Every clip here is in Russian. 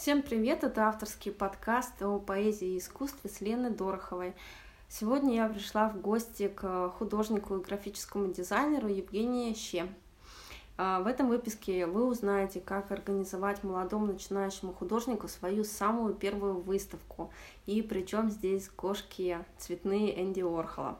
Всем привет! Это авторский подкаст о поэзии и искусстве с Леной Дороховой. Сегодня я пришла в гости к художнику и графическому дизайнеру Евгении Ще. В этом выпуске вы узнаете, как организовать молодому начинающему художнику свою самую первую выставку, и причем здесь кошки цветные Энди Уорхола.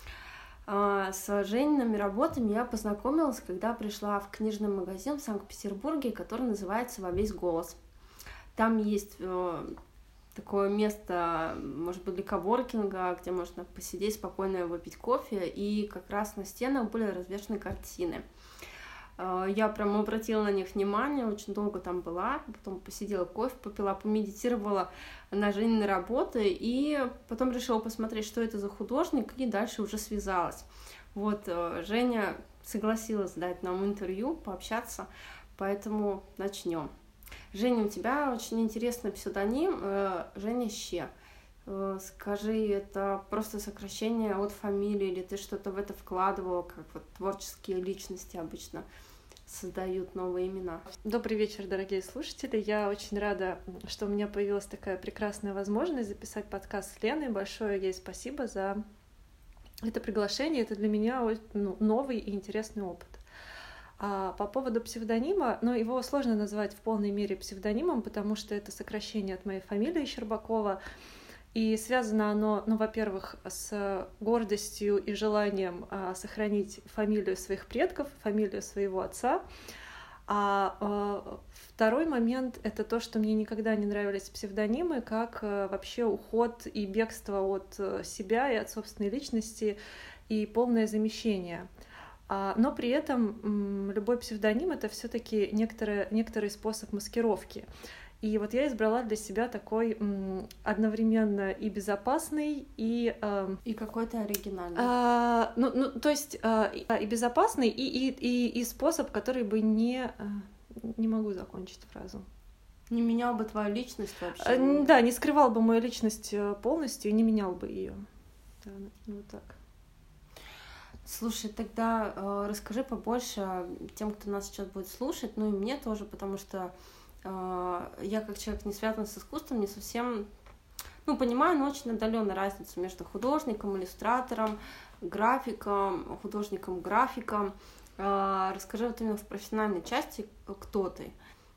С Жениными работами я познакомилась, когда пришла в книжный магазин в Санкт-Петербурге, который называется «Во весь голос». Там есть такое место, может быть, для коворкинга, где можно посидеть спокойно, выпить кофе, и как раз на стенах были развешаны картины. Я прям обратила на них внимание, очень долго там была, потом посидела, кофе попила, помедитировала на Женины работы, и потом решила посмотреть, что это за художник, и дальше уже связалась. Вот, Женя согласилась дать нам интервью, пообщаться, поэтому начнем. Женя, у тебя очень интересный псевдоним Женя Ще. Скажи, это просто сокращение от фамилии, или ты что-то в это вкладывала, как вот творческие личности обычно создают новые имена? Добрый вечер, дорогие слушатели. Я очень рада, что у меня появилась такая прекрасная возможность записать подкаст с Леной. Большое ей спасибо за это приглашение. Это для меня новый и интересный опыт. А по поводу псевдонима, его сложно назвать в полной мере псевдонимом, потому что это сокращение от моей фамилии Щербакова, и связано оно, во-первых, с гордостью и желанием сохранить фамилию своих предков, фамилию своего отца. А второй момент — это то, что мне никогда не нравились псевдонимы, как вообще уход и бегство от себя и от собственной личности и полное замещение. Но при этом любой псевдоним — это все-таки некоторый способ маскировки. И вот я избрала для себя такой одновременно и безопасный, и какой-то оригинальный. То есть и безопасный, и способ, который бы не могу закончить фразу. Не менял бы твою личность вообще? Да, не скрывал бы мою личность полностью и не менял бы ее. Да, вот так. Слушай, тогда расскажи побольше тем, кто нас сейчас будет слушать, и мне тоже, потому что я как человек, не связан с искусством, не совсем, понимаю, но очень отдаленно разницу между художником, иллюстратором, графиком, художником-графиком. Расскажи вот именно в профессиональной части, кто ты.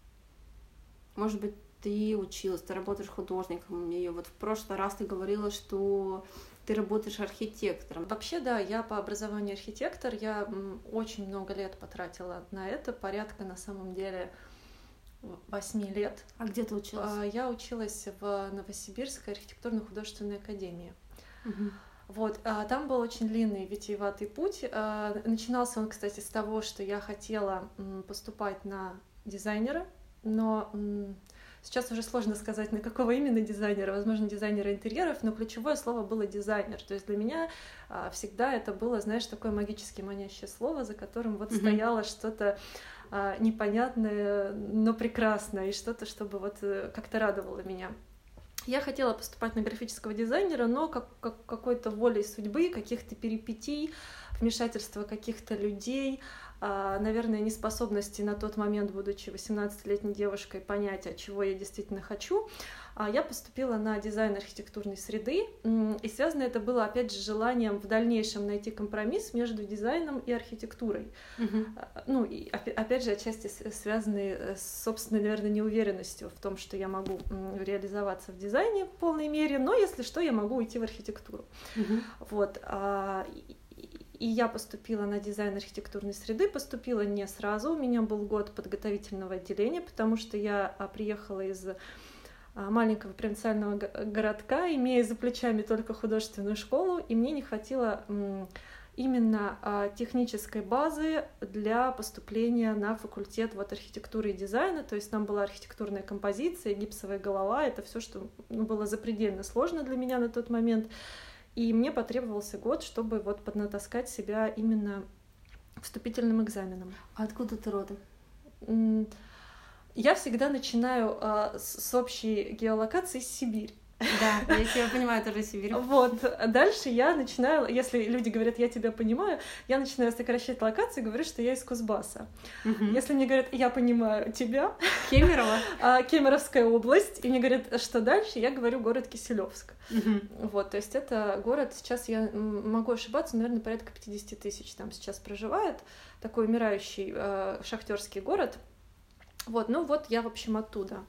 Может быть, ты училась, ты работаешь художником, и вот в прошлый раз ты говорила, что ты работаешь архитектором. Вообще, да, я по образованию архитектор, я очень много лет потратила на это, порядка, на самом деле, 8 лет. А где ты училась? Я училась в Новосибирской архитектурно-художественной академии. Угу. Вот, там был очень длинный, витиеватый путь. Начинался он, кстати, с того, что я хотела поступать на дизайнера, но сейчас уже сложно сказать, на какого именно дизайнера, возможно, дизайнера интерьеров, но ключевое слово было дизайнер. То есть для меня всегда это было, знаешь, такое магически манящее слово, за которым вот стояло что-то непонятное, но прекрасное, и что-то, чтобы вот как-то радовало меня. Я хотела поступать на графического дизайнера, но какой-то волей судьбы, каких-то перипетий, вмешательства каких-то людей, наверное, неспособности на тот момент, будучи 18-летней девушкой, понять, а чего я действительно хочу, я поступила на дизайн архитектурной среды, и связано это было, опять же, желанием в дальнейшем найти компромисс между дизайном и архитектурой. И опять же, отчасти связанные с собственной, наверное, неуверенностью в том, что я могу реализоваться в дизайне в полной мере, но, если что, я могу уйти в архитектуру. Вот. И я поступила на дизайн архитектурной среды, поступила не сразу, у меня был год подготовительного отделения, потому что я приехала из маленького провинциального городка, имея за плечами только художественную школу, и мне не хватило именно технической базы для поступления на факультет архитектуры и дизайна, то есть там была архитектурная композиция, гипсовая голова, это все, что было запредельно сложно для меня на тот момент. И мне потребовался год, чтобы поднатаскать себя именно вступительным экзаменом. А откуда ты родом? Я всегда начинаю с общей геолокации с Сибири. Да, я тебя понимаю, тоже Сибирь. Вот, дальше я начинаю, если люди говорят, я тебя понимаю, я начинаю сокращать локации и говорю, что я из Кузбасса. Если мне говорят, я понимаю тебя, Кемерово, Кемеровская область, и мне говорят, что дальше, я говорю город Киселевск. Вот, то есть это город, сейчас я могу ошибаться, наверное, порядка 50 тысяч там сейчас проживает, такой умирающий шахтерский город. Вот, ну вот я, в общем, оттуда.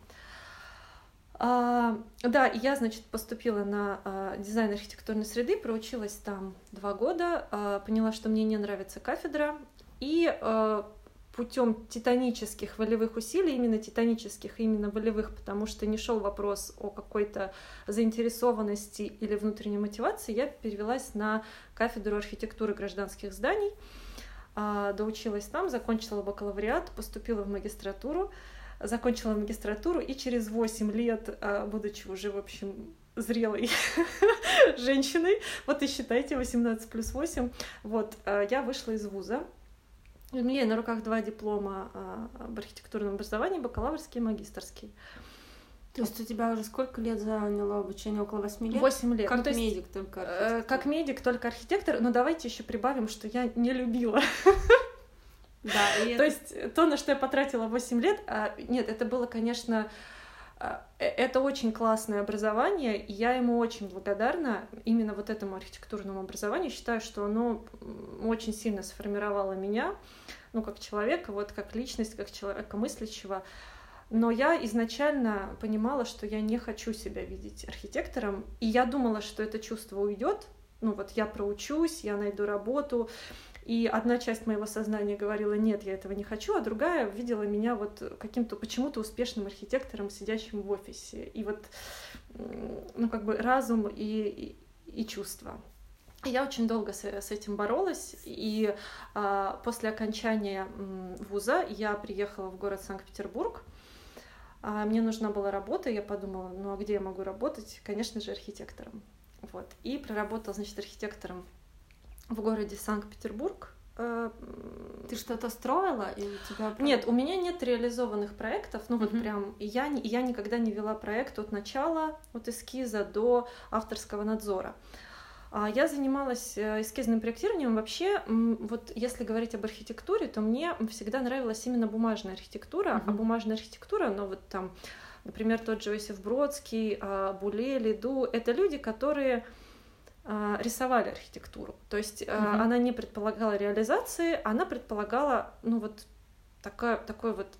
Да, и я, значит, поступила на дизайн архитектурной среды, проучилась там 2 года, поняла, что мне не нравится кафедра, и путем титанических волевых усилий, именно титанических, именно волевых, потому что не шел вопрос о какой-то заинтересованности или внутренней мотивации, я перевелась на кафедру архитектуры гражданских зданий, доучилась там, закончила бакалавриат, поступила в магистратуру, закончила магистратуру, и через 8 лет, будучи уже, в общем, зрелой женщиной, вот и считайте, 18+8, вот, я вышла из вуза. У меня на руках 2 диплома об архитектурном образовании, бакалаврский и магистерский. То есть у тебя уже сколько лет заняло обучение? Около 8 лет? 8 лет. Как медик, только архитектор. Как медик, только архитектор, но давайте еще прибавим, что я не любила. Да, и то есть то, на что я потратила 8 лет, нет, это было, конечно, это очень классное образование, и я ему очень благодарна, именно вот этому архитектурному образованию. Считаю, что оно очень сильно сформировало меня, ну, как человека, вот как личность, как человека мыслящего. Но я изначально понимала, что я не хочу себя видеть архитектором, и я думала, что это чувство уйдет. Ну, вот я проучусь, я найду работу. И одна часть моего сознания говорила, нет, я этого не хочу, а другая видела меня вот каким-то почему-то успешным архитектором, сидящим в офисе. И вот, ну, как бы разум и чувства. Я очень долго с этим боролась, и после окончания вуза я приехала в город Санкт-Петербург. Мне нужна была работа, я подумала, ну а где я могу работать? Конечно же, архитектором. Вот. И проработала, значит, архитектором в городе Санкт-Петербург. Ты что-то строила? Или у тебя... Нет, у меня нет реализованных проектов, ну вот прям, и я никогда не вела проект от начала, от эскиза до авторского надзора. Я занималась эскизным проектированием. Вообще, вот если говорить об архитектуре, то мне всегда нравилась именно бумажная архитектура, а бумажная архитектура, ну вот там, например, тот же Иосиф Бродский, Буле, Лиду, это люди, которые рисовали архитектуру. То есть она не предполагала реализации, она предполагала, ну вот, такой вот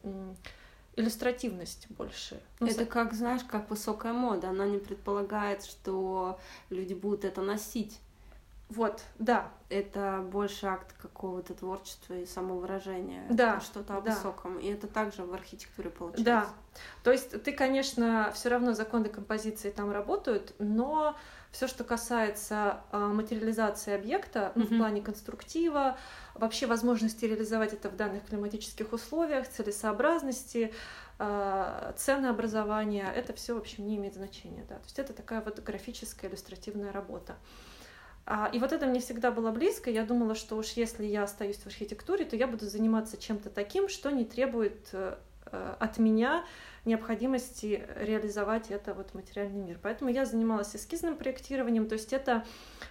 иллюстративность больше. Ну, это как, знаешь, как высокая мода. Она не предполагает, что люди будут это носить. Вот, да. Это больше акт какого-то творчества и самовыражения. Да. Это что-то о высоком. И это также в архитектуре получается. Да. То есть ты, конечно, все равно законы композиции там работают, но все, что касается материализации объекта, ну, в плане конструктива, вообще возможности реализовать это в данных климатических условиях, целесообразности, ценообразования, это все, в общем, не имеет значения. Да. То есть это такая вот графическая иллюстративная работа. И вот это мне всегда было близко. Я думала, что уж если я остаюсь в архитектуре, то я буду заниматься чем-то таким, что не требует от меня необходимости реализовать это вот в материальный мир. Поэтому я занималась эскизным проектированием, то есть это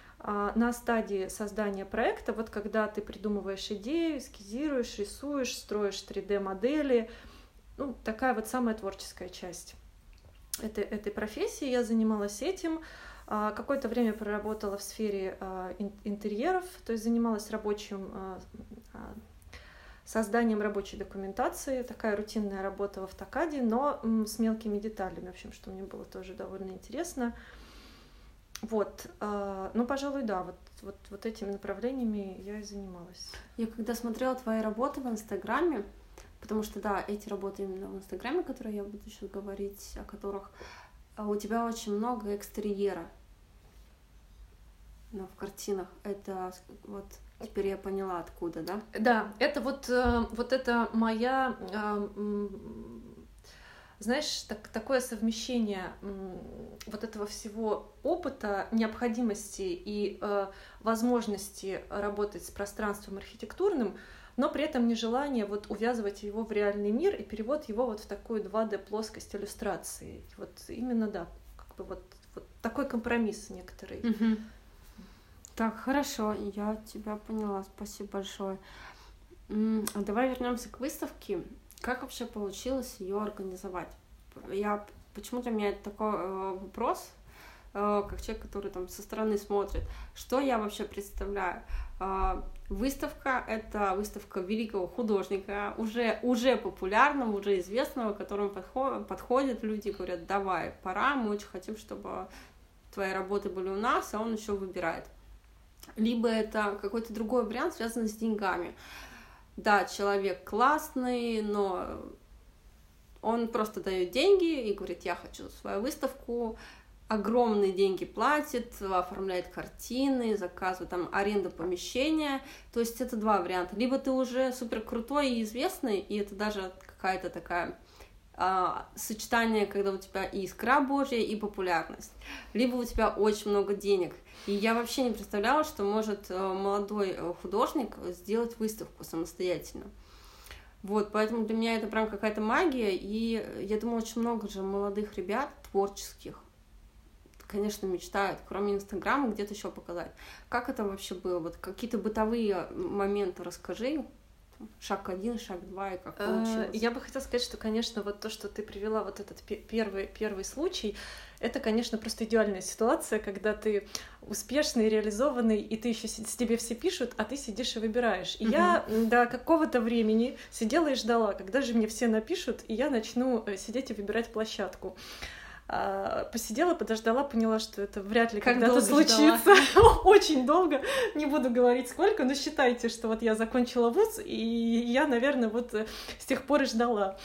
на стадии создания проекта, вот когда ты придумываешь идею, эскизируешь, рисуешь, строишь 3D-модели, ну, такая вот самая творческая часть этой профессии. Я занималась этим. Какое-то время проработала в сфере интерьеров, то есть занималась созданием рабочей документации, такая рутинная работа в автокаде, но с мелкими деталями, в общем, что мне было тоже довольно интересно. Вот, ну, пожалуй, да, вот этими направлениями я и занималась. Я когда смотрела твои работы в Инстаграме, потому что, да, эти работы именно в Инстаграме, которые я буду сейчас говорить, о которых у тебя очень много экстерьера. Но в картинах это вот теперь я поняла, откуда, да? Да, это вот это моя, знаешь, такое совмещение вот этого всего опыта, необходимости и возможности работать с пространством архитектурным, но при этом нежелание вот увязывать его в реальный мир и перевод его вот в такую 2D плоскость иллюстрации. Вот именно, да, бы вот такой компромисс некоторый. Так, хорошо, я тебя поняла, спасибо большое. Давай вернемся к выставке. Как вообще получилось ее организовать? Почему для меня это такой вопрос, как человек, который там со стороны смотрит, что я вообще представляю? Выставка — это выставка великого художника, уже популярного, уже известного, к которому подходят люди и говорят: давай, пора, мы очень хотим, чтобы твои работы были у нас, а он еще выбирает. Либо это какой-то другой вариант, связанный с деньгами. Да, человек классный, но он просто дает деньги и говорит: я хочу свою выставку, огромные деньги платит, оформляет картины, заказывает там аренду помещения. То есть это два варианта. Либо ты уже супер крутой и известный, и это даже какая-то такая сочетание, когда у тебя и искра Божья, и популярность. Либо у тебя очень много денег. И я вообще не представляла, что может молодой художник сделать выставку самостоятельно. Вот, поэтому для меня это прям какая-то магия, и я думаю, очень много же молодых ребят, творческих, конечно, мечтают, кроме Инстаграма, где-то еще показать. Как это вообще было? Вот какие-то бытовые моменты расскажи. Шаг 1, шаг 2, и как получилось? Я бы хотела сказать, что, конечно, вот то, что ты привела, вот этот первый случай, это, конечно, просто идеальная ситуация, когда ты успешный, реализованный, и ты еще тебе все пишут, а ты сидишь и выбираешь. И я до какого-то времени сидела и ждала, когда же мне все напишут, и я начну сидеть и выбирать площадку. Посидела, подождала, поняла, что это вряд ли когда-то случится. Очень долго, не буду говорить сколько, но считайте, что вот я закончила вуз, и я, наверное, вот с тех пор и ждала.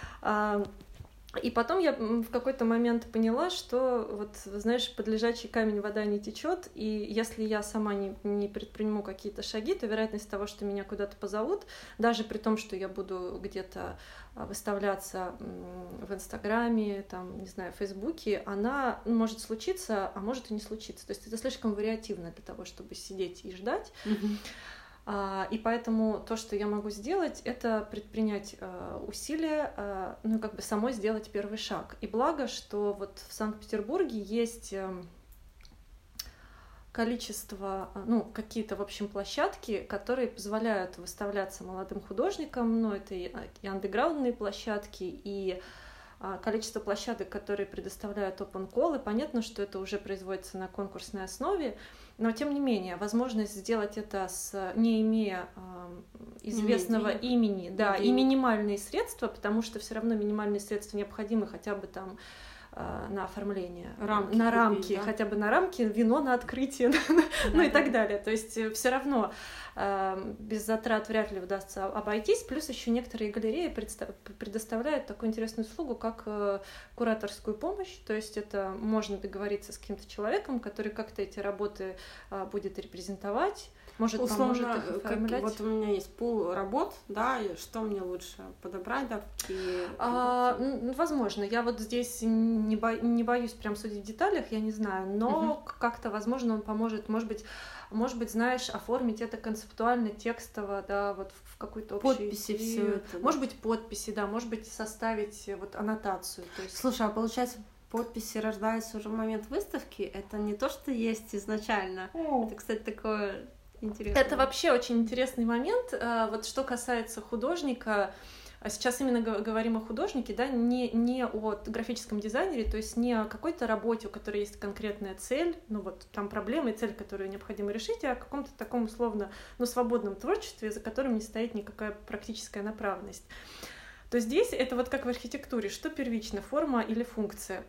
И потом я в какой-то момент поняла, что вот, знаешь, под лежачий камень вода не течет, и если я сама не предприму какие-то шаги, то вероятность того, что меня куда-то позовут, даже при том, что я буду где-то выставляться в Инстаграме, там, не знаю, в Фейсбуке, она может случиться, а может и не случиться. То есть это слишком вариативно для того, чтобы сидеть и ждать. И поэтому то, что я могу сделать, это предпринять усилия, ну, как бы самой сделать первый шаг. И благо, что вот в Санкт-Петербурге есть количество, ну, какие-то, в общем, площадки, которые позволяют выставляться молодым художникам, ну, это и андеграундные площадки, и количество площадок, которые предоставляют open call, и понятно, что это уже производится на конкурсной основе, но тем не менее возможность сделать это не имея известного имени, да, и минимальные средства, потому что все равно минимальные средства необходимы хотя бы там на оформление, на рамки, да? Хотя бы на рамки, вино на открытие, ну и так далее. То есть все равно без затрат вряд ли удастся обойтись. Плюс еще некоторые галереи предоставляют такую интересную услугу, как кураторскую помощь. То есть это можно договориться с каким-то человеком, который как-то эти работы будет репрезентовать. Может, условно, поможет их оформлять. Вот у меня есть пул работ, да, и что мне лучше подобрать, да, возможно, я вот здесь не боюсь прям судить в деталях, я не знаю, но как-то, возможно, он поможет, может быть, знаешь, оформить это концептуально, текстово, да, вот в какой-то общей подписи все это. Может быть, подписи, да, может быть, составить вот аннотацию. То есть... Слушай, а получается, подписи рождаются уже в момент выставки? Это не то, что есть изначально. Это, кстати, такое... Интересно. Это вообще очень интересный момент. Вот что касается художника, сейчас именно говорим о художнике, да, не о графическом дизайнере, то есть не о какой-то работе, у которой есть конкретная цель, ну вот там проблема и цель, которую необходимо решить, а о каком-то таком условно, ну, свободном творчестве, за которым не стоит никакая практическая направленность. То здесь это вот как в архитектуре, что первично, форма или функция.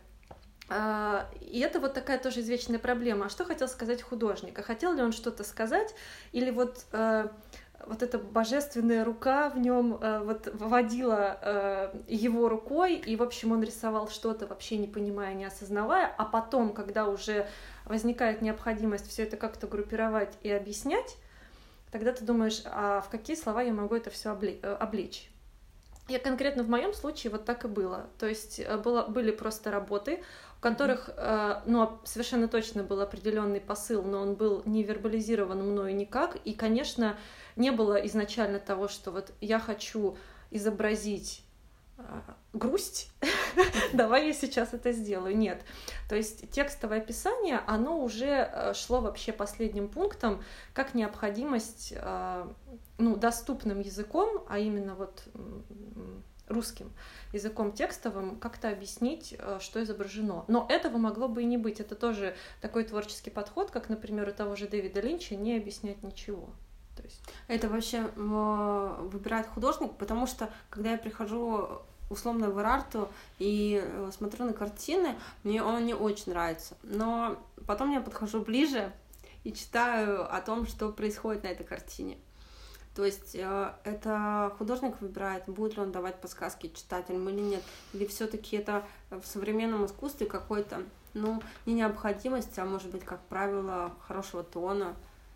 И это вот такая тоже извечная проблема. А что хотел сказать художник? А хотел ли он что-то сказать? Или вот эта божественная рука в нем вот водила его рукой, и, в общем, он рисовал что-то, вообще не понимая, не осознавая, а потом, когда уже возникает необходимость все это как-то группировать и объяснять, тогда ты думаешь, а в какие слова я могу это все облечь? Я конкретно в моем случае вот так и было. То есть были просто работы, у которых ну, совершенно точно был определенный посыл, но он был не вербализирован мною никак. И, конечно, не было изначально того, что вот я хочу изобразить грусть, давай я сейчас это сделаю. Нет. То есть текстовое описание, оно уже шло вообще последним пунктом, как необходимость доступным языком, а именно вот русским языком текстовым, как-то объяснить, что изображено. Но этого могло бы и не быть. Это тоже такой творческий подход, как, например, у того же Дэвида Линча, не объяснять ничего. То есть... Это вообще выбирает художник, потому что, когда я прихожу условно в Ар-Арту и смотрю на картины, мне он не очень нравится. Но потом я подхожу ближе и читаю о том, что происходит на этой картине. То есть это художник выбирает, будет ли он давать подсказки читателям или нет. Или все-таки это в современном искусстве какой-то, не необходимость, а может быть, как правило, хорошего тона.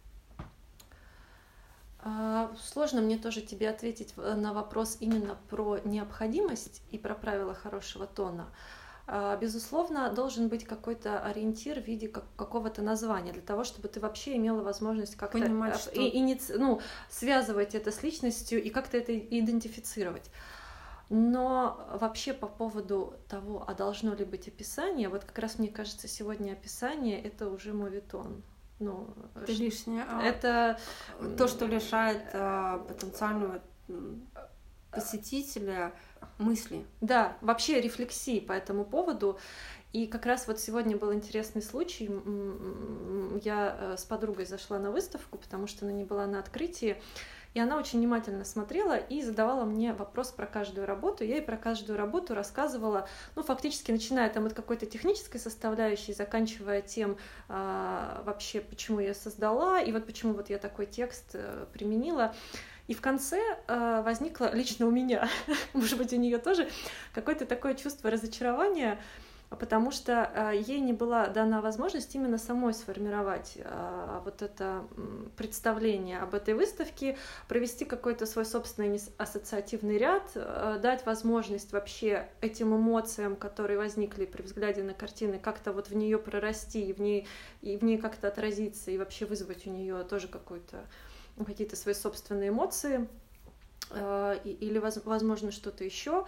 Сложно мне тоже тебе ответить на вопрос именно про необходимость и про правила хорошего тона. Безусловно, должен быть какой-то ориентир в виде какого-то названия, для того, чтобы ты вообще имела возможность как-то понимать, что... связывать это с личностью и как-то это идентифицировать. Но вообще по поводу того, а должно ли быть описание, вот как раз мне кажется, сегодня описание — это уже моветон. Это лишнее. Это то, что лишает потенциального посетителя мысли. Да, вообще рефлексии по этому поводу. И как раз вот сегодня был интересный случай. Я с подругой зашла на выставку, потому что она не была на открытии. И она очень внимательно смотрела и задавала мне вопрос про каждую работу. Я ей про каждую работу рассказывала, фактически начиная там от какой-то технической составляющей, заканчивая тем, вообще, почему я ее создала, и вот почему вот я такой текст применила. И в конце возникло лично у меня, может быть, у нее тоже, какое-то такое чувство разочарования, потому что ей не была дана возможность именно самой сформировать вот это представление об этой выставке, провести какой-то свой собственный ассоциативный ряд, дать возможность вообще этим эмоциям, которые возникли при взгляде на картины, как-то вот в нее прорасти, и в ней как-то отразиться, и вообще вызвать у нее тоже какие-то свои собственные эмоции или, возможно, что-то еще.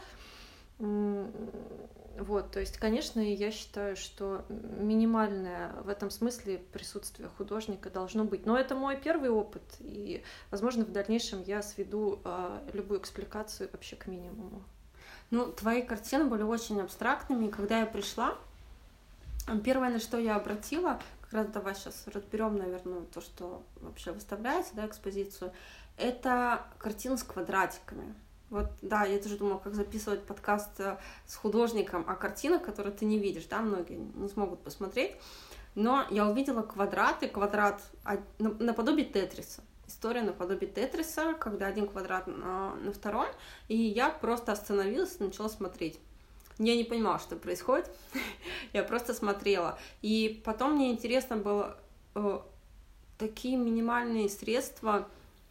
Вот, то есть, конечно, я считаю, что минимальное в этом смысле присутствие художника должно быть. Но это мой первый опыт, и, возможно, в дальнейшем я сведу любую экспликацию вообще к минимуму. Твои картины были очень абстрактными, и когда я пришла, первое, на что я обратила, как раз давай сейчас разберем, наверное, то, что вообще выставляется, экспозицию, это картины с квадратиками. Вот, да, я тоже думала, как записывать подкаст с художником о картинах, которые ты не видишь, многие не смогут посмотреть, но я увидела квадрат наподобие Тетриса. История наподобие Тетриса, когда один квадрат на втором, и я просто остановилась и начала смотреть. Я не понимала, что происходит, я просто смотрела. И потом мне интересно было такие минимальные средства,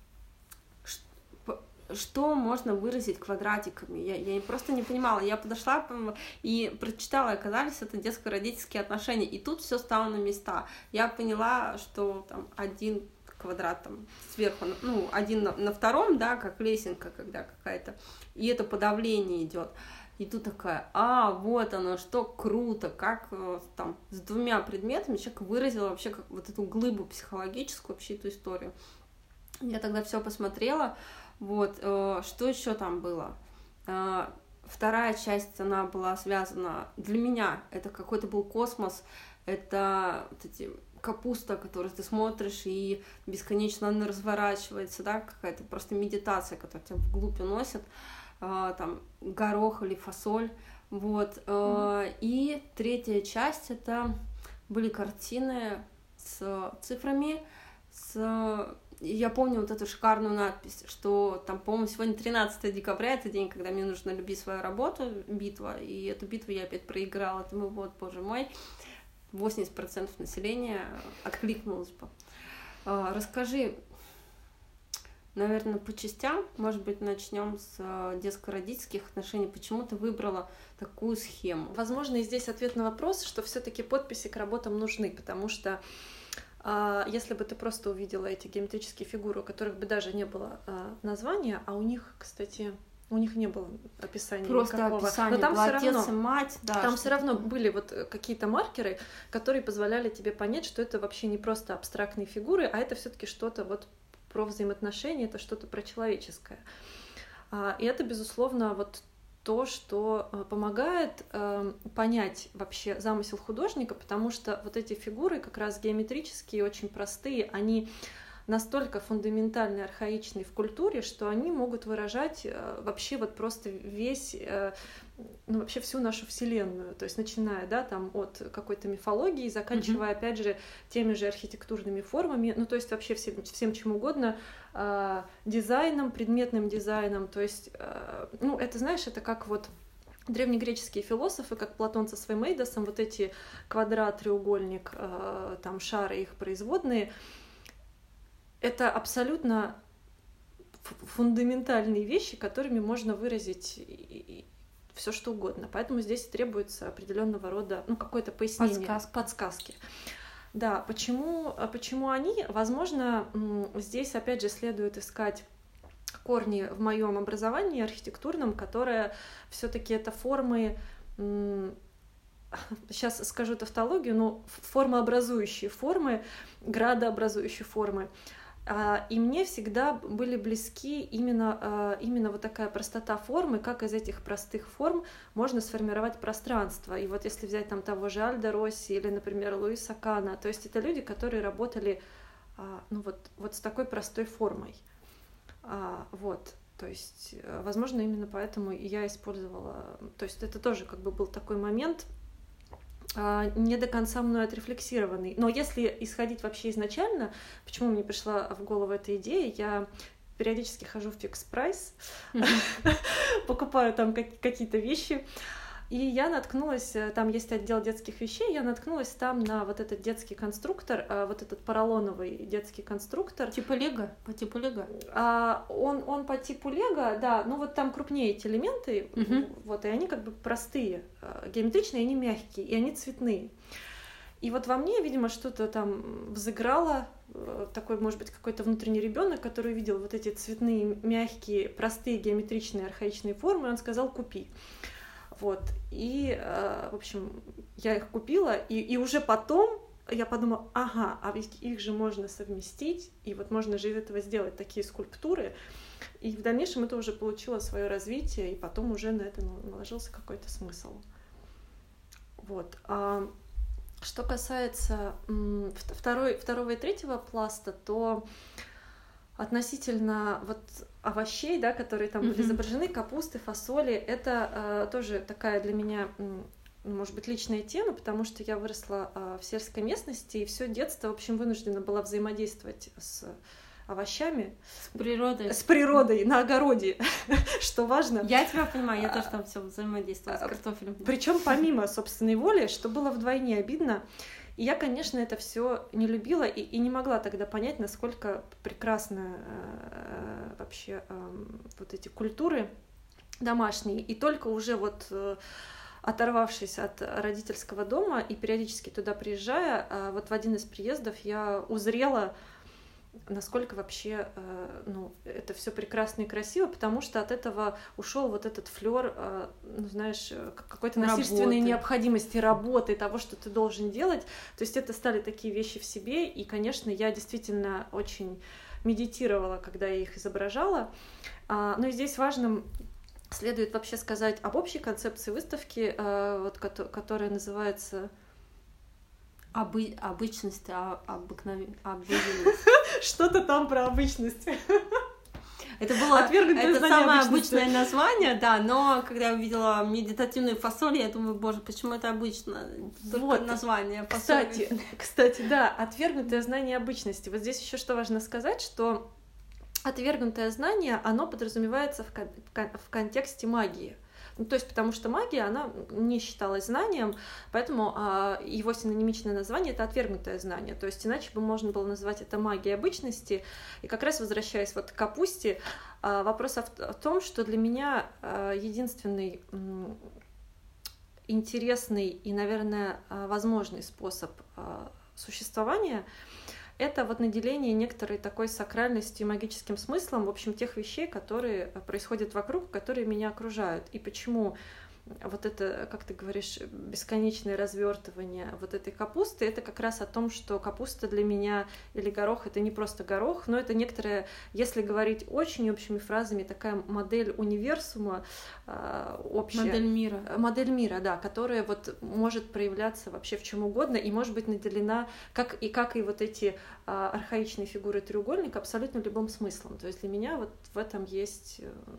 что можно выразить квадратиками. Я просто не понимала. Я подошла и прочитала, и оказались это детско-родительские отношения. И тут все стало на места. Я поняла, что там один квадрат там сверху, один на втором, как лесенка, когда какая-то, и это подавление идет. И тут такая, вот оно, что круто, как там с двумя предметами человек выразил вообще как вот эту глыбу психологическую, вообще эту историю. Я тогда все посмотрела. Вот, что еще там было? Вторая часть, она была связана, для меня, это какой-то был космос, это вот эти капуста, которую ты смотришь, и бесконечно она разворачивается, какая-то просто медитация, которая тебя вглубь уносит, там, горох или фасоль, вот. И третья часть, это были картины с цифрами, я помню вот эту шикарную надпись, что там, по-моему, сегодня 13 декабря, это день, когда мне нужно любить свою работу, битва, и эту битву я опять проиграла, думаю, вот, боже мой, 80% населения откликнулось бы. Расскажи, наверное, по частям, может быть, начнем с детско-родительских отношений, почему ты выбрала такую схему? Возможно, и здесь ответ на вопрос, что все-таки подписи к работам нужны, потому что если бы ты просто увидела эти геометрические фигуры, у которых бы даже не было названия, а у них, кстати, у них не было описания просто никакого. Описание. Но там был все отец равно, и мать, да, там все равно были вот какие-то маркеры, которые позволяли тебе понять, что это вообще не просто абстрактные фигуры, а это все-таки что-то вот про взаимоотношения, это что-то про человеческое. И это, безусловно, вот то, что помогает понять вообще замысел художника, потому что вот эти фигуры как раз геометрические, очень простые, они настолько фундаментальные, архаичные в культуре, что они могут выражать вообще вот просто весь, ну, вообще всю нашу вселенную, то есть начиная, да, там от какой-то мифологии, заканчивая, опять же, теми же архитектурными формами, ну, то есть вообще всем чем угодно, дизайном, предметным дизайном, то есть, ну, это, знаешь, это как вот древнегреческие философы, как Платон со своим эйдосом, вот эти квадрат, треугольник, там, шары, их производные, это абсолютно фундаментальные вещи, которыми можно выразить все что угодно. Поэтому здесь требуется определенного рода, ну, какое-то пояснение, подсказки. Да, почему они? Возможно, здесь опять же следует искать корни в моем образовании архитектурном, которое все-таки это формы, сейчас скажу тавтологию, но формообразующие формы, градообразующие формы. И мне всегда были близки именно вот такая простота формы, как из этих простых форм можно сформировать пространство. И вот если взять там того же Альдо Росси или, например, Луиса Кана, то есть это люди, которые работали ну, вот с такой простой формой. Вот. То есть, возможно, именно поэтому и я использовала... То есть это тоже как бы был такой момент, не до конца мной отрефлексированный. Но если исходить вообще изначально, почему мне пришла в голову эта идея, я периодически хожу в Fix Price, покупаю там какие-то вещи, и я наткнулась, там есть отдел детских вещей, я наткнулась там на вот этот детский конструктор, вот этот поролоновый детский конструктор. Типа Лего? По типу Лего? Он по типу Лего, да, но вот там крупнее эти элементы, вот, и они как бы простые, геометричные, они мягкие, и они цветные. И вот во мне, видимо, что-то там взыграло, такой, может быть, какой-то внутренний ребенок, который увидел вот эти цветные, мягкие, простые геометричные, архаичные формы, и он сказал: «Купи». Вот, и, в общем, я их купила, и уже потом я подумала: ага, а ведь их же можно совместить, и вот можно же из этого сделать такие скульптуры, и в дальнейшем это уже получило свое развитие, и потом уже на это наложился какой-то смысл. Вот. Что касается второго и третьего пласта, то относительно вот овощей, да, которые там были изображены, капусты, фасоли, это тоже такая для меня, может быть, личная тема, потому что я выросла в сельской местности и все детство, в общем, вынуждена была взаимодействовать с овощами. С природой на огороде, что важно. Я тебя понимаю, я тоже там все взаимодействовала с картофелем. Причем помимо собственной воли, что было вдвойне обидно. И я, конечно, это все не любила и не могла тогда понять, насколько прекрасны вообще вот эти культуры домашние. И только уже вот оторвавшись от родительского дома и периодически туда приезжая, вот в один из приездов я узрела, насколько вообще ну, это все прекрасно и красиво, потому что от этого ушел вот этот флёр, ну, знаешь, какой-то насильственной необходимости работы, того, что ты должен делать. То есть это стали такие вещи в себе, и, конечно, я действительно очень медитировала, когда я их изображала. Но и здесь важным следует вообще сказать об общей концепции выставки, вот, которая называется... Обычность, обыденность. Что-то там про обычность. Это было самое обычное название, да, но когда я увидела медитативную фасоль, я думаю: боже, почему это обычно? Только вот название фасоли. Кстати, да, отвергнутое знание обычности. Вот здесь еще что важно сказать, что отвергнутое знание, оно подразумевается в контексте магии. Ну, то есть, потому что магия, она не считалась знанием, поэтому его синонимичное название — это отвергнутое знание. То есть, иначе бы можно было назвать это магией обычности. И как раз возвращаясь вот к капусте, вопрос в том, что для меня единственный интересный и, наверное, возможный способ существования — это вот наделение некоторой такой сакральностью и магическим смыслом, в общем, тех вещей, которые происходят вокруг, которые меня окружают. И почему вот это, как ты говоришь, бесконечное развертывание вот этой капусты, это как раз о том, что капуста для меня или горох — это не просто горох, но это некоторая, если говорить очень общими фразами, такая модель универсума общая. Модель мира. Модель мира, да, которая вот может проявляться вообще в чем угодно и может быть наделена, как и вот эти архаичные фигуры треугольника, абсолютно любым смыслом. То есть для меня вот в этом есть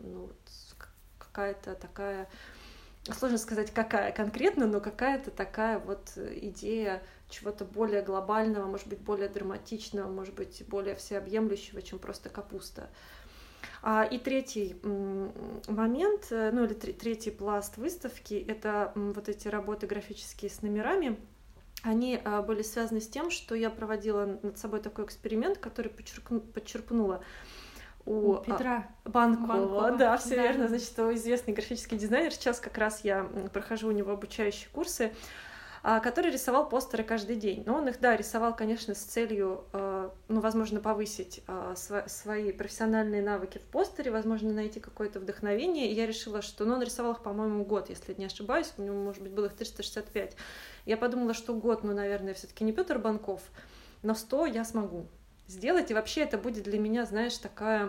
какая-то такая... Сложно сказать, какая конкретно, но какая-то такая вот идея чего-то более глобального, может быть, более драматичного, может быть, более всеобъемлющего, чем просто капуста. И третий момент, ну или третий пласт выставки, это вот эти работы графические с номерами. Они были связаны с тем, что я проводила над собой такой эксперимент, который подчерпнула у Петра Банкова. Да, все верно. Значит, известный графический дизайнер. Сейчас как раз я прохожу у него обучающие курсы, который рисовал постеры каждый день. Но он их, да, рисовал, конечно, с целью, ну, возможно, повысить свои профессиональные навыки в постере, возможно, найти какое-то вдохновение. И я решила, что, ну, он рисовал их, по-моему, год, если не ошибаюсь. У него, может быть, было их 365. Я подумала, что год, ну, наверное, все-таки не Петр Банков, но 100 я смогу сделать, и вообще это будет для меня, знаешь, такая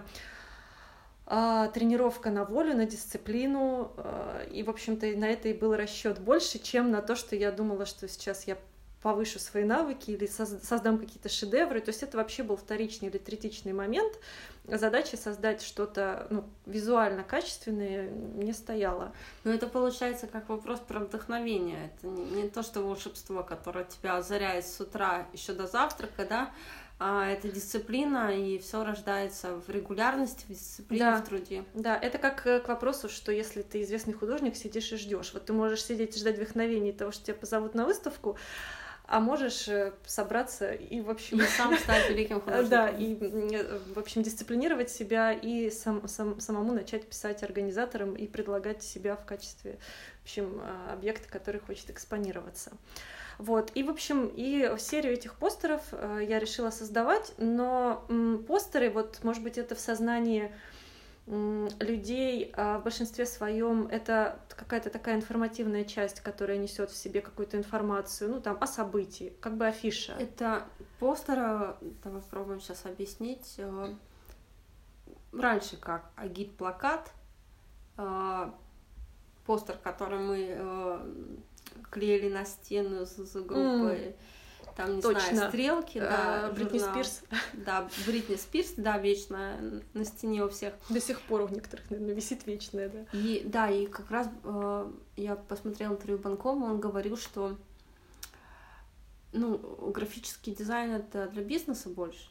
тренировка на волю, на дисциплину, и, в общем-то, на это и был расчет больше, чем на то, что я думала, что сейчас я повышу свои навыки или создам какие-то шедевры, то есть это вообще был вторичный или третичный момент, задача создать что-то, ну, визуально качественное не стояла. Но это получается как вопрос про вдохновение, это не то, что волшебство, которое тебя озаряет с утра еще до завтрака, да, это дисциплина, и все рождается в регулярности, в дисциплине, да, в труде. Да, это как к вопросу, что если ты известный художник, сидишь и ждешь. Вот ты можешь сидеть и ждать вдохновения того, что тебя позовут на выставку, а можешь собраться и, в общем... И сам стать великим художником. Да, и, в общем, дисциплинировать себя и самому начать писать организаторам и предлагать себя в качестве, в общем, объекта, который хочет экспонироваться. Вот, и, в общем, и серию этих постеров я решила создавать, но постеры, вот, может быть, это в сознании людей, в большинстве своем это какая-то такая информативная часть, которая несет в себе какую-то информацию, ну, там, о событии, как бы афиша. Это постеры, давай попробуем сейчас объяснить. Раньше как агит-плакат, постер, который мы клеили на стену с группой, там, не знаю, стрелки, да, Бритни Спирс. Да, Бритни Спирс, да, вечно на стене у всех. До сих пор у некоторых, наверное, висит вечная, да. И как раз я посмотрела интервью Банкова, он говорил, что, ну, графический дизайн — это для бизнеса больше.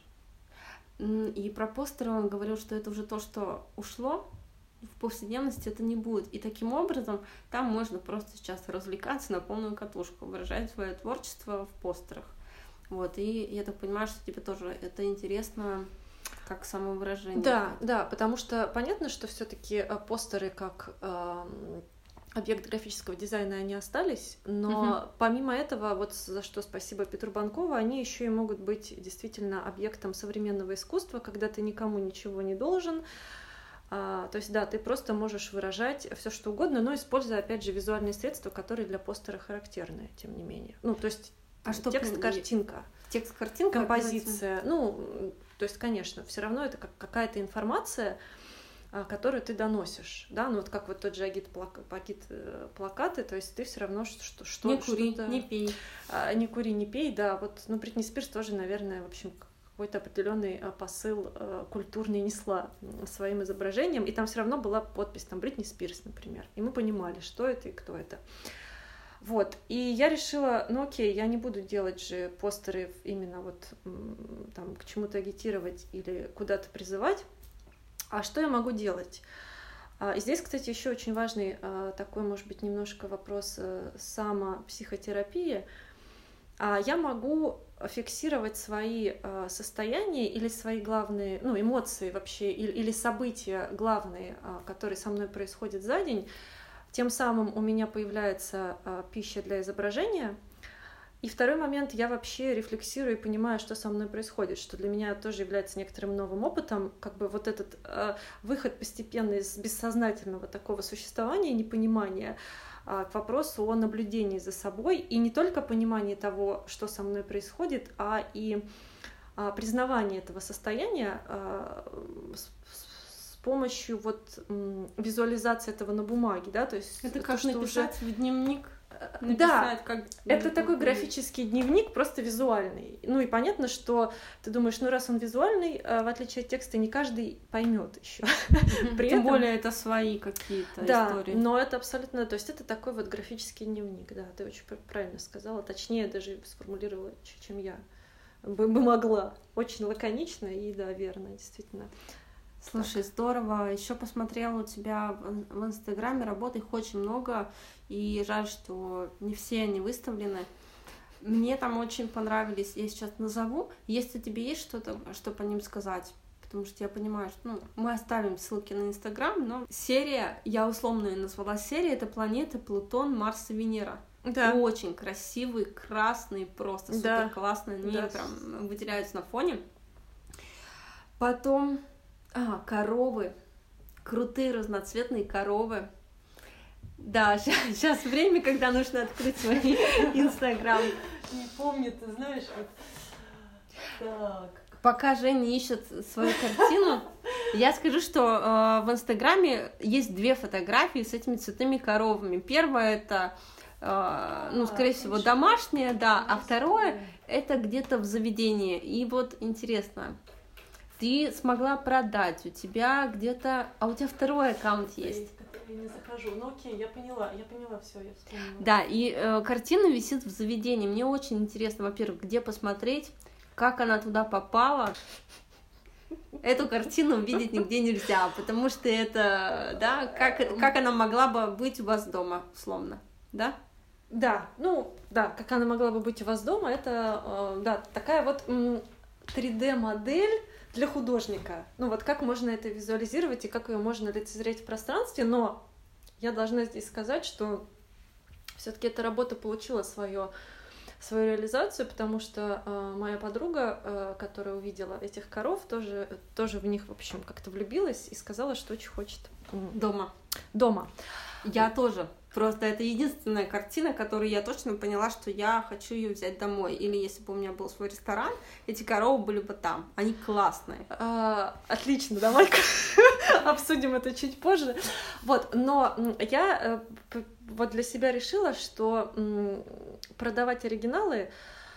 И про постеры он говорил, что это уже то, что ушло, в повседневности это не будет. И таким образом там можно просто сейчас развлекаться на полную катушку, выражать свое творчество в постерах. Вот, и я так понимаю, что тебе тоже это интересно как самовыражение. Да, потому что понятно, что все-таки постеры как объект графического дизайна, они остались, но помимо этого, вот за что спасибо Петру Банкову, они еще и могут быть действительно объектом современного искусства, когда ты никому ничего не должен. То есть, да, ты просто можешь выражать все что угодно, но используя, опять же, визуальные средства, которые для постера характерны, тем не менее. Ну, то есть, текст, картинка. Текст, картинка, композиция. Ну, то есть, конечно, все равно это какая-то информация, которую ты доносишь, да, ну вот как вот тот же агит-плакаты, то есть ты все равно что-то... Не кури, не пей. Не кури, не пей, да, вот, ну, Бритни Спирс тоже, наверное, в общем, какой-то определенный посыл культурный несла своим изображением, и там все равно была подпись, там, Бритни Спирс, например, и мы понимали, что это и кто это. Вот, и я решила, ну окей, я не буду делать же постеры именно вот там к чему-то агитировать или куда-то призывать, а что я могу делать? И здесь, кстати, еще очень важный такой, может быть, немножко вопрос самопсихотерапии. Я могу фиксировать свои состояния или свои главные, ну, эмоции вообще, или события главные, которые со мной происходят за день. Тем самым у меня появляется пища для изображения, И второй момент, я вообще рефлексирую и понимаю, что со мной происходит, что для меня тоже является некоторым новым опытом, как бы вот этот выход постепенно из бессознательного такого существования, непонимания, к вопросу о наблюдении за собой, и не только понимании того, что со мной происходит, а и признавание этого состояния с помощью вот визуализации этого на бумаге, да, то есть это как то, что написать уже... в дневник. Написать, Да, как... это такой графический дневник, просто визуальный. Ну и понятно, что ты думаешь, ну раз он визуальный, в отличие от текста, не каждый поймет еще. Тем более это свои какие-то истории. Да, но это абсолютно, то есть это такой вот графический дневник, да, ты очень правильно сказала, точнее даже сформулировала, чем я бы могла. Очень лаконично и, да, верно, действительно. Слушай, здорово. Еще посмотрела у тебя в Инстаграме, работ их очень много, и жаль, что не все они выставлены. Мне там очень понравились, я сейчас назову. Если тебе есть что-то, что по ним сказать, потому что я понимаю, что мы оставим ссылки на Инстаграм, но серия, я условно ее назвала серия, это планеты Плутон, Марс и Венера. Да. Очень красивый, красный, просто супер классный, они прям выделяются на фоне. Потом... коровы. Крутые разноцветные коровы. Да, сейчас время, когда нужно открыть свой Инстаграм. Не помню, ты знаешь, вот так. Пока Женя ищет свою картину, я скажу, что в Инстаграме есть 2 фотографии с этими цветными коровами. Первая это, скорее всего, домашняя, да, а второе это где-то в заведении. И вот интересно, ты смогла продать, у тебя где-то... А у тебя второй аккаунт есть. Я не захожу. Ну окей, я поняла все, я вспомнила. Да, и картина висит в заведении. Мне очень интересно, во-первых, где посмотреть, как она туда попала. Эту картину увидеть нигде нельзя, потому что это, да, как она могла бы быть у вас дома, условно, да? Да, как она могла бы быть у вас дома, это, да, такая вот 3D-модель, для художника. Ну вот как можно это визуализировать и как ее можно лицезреть в пространстве, но я должна здесь сказать, что все-таки эта работа получила свою реализацию, потому что моя подруга, которая увидела этих коров, тоже в них, в общем, как-то влюбилась и сказала, что очень хочет дома. Я тоже. Просто это единственная картина, которую я точно поняла, что я хочу ее взять домой. Или если бы у меня был свой ресторан, эти коровы были бы там. Они классные. Отлично, давай-ка обсудим это чуть позже. Вот, но я вот для себя решила, что продавать оригиналы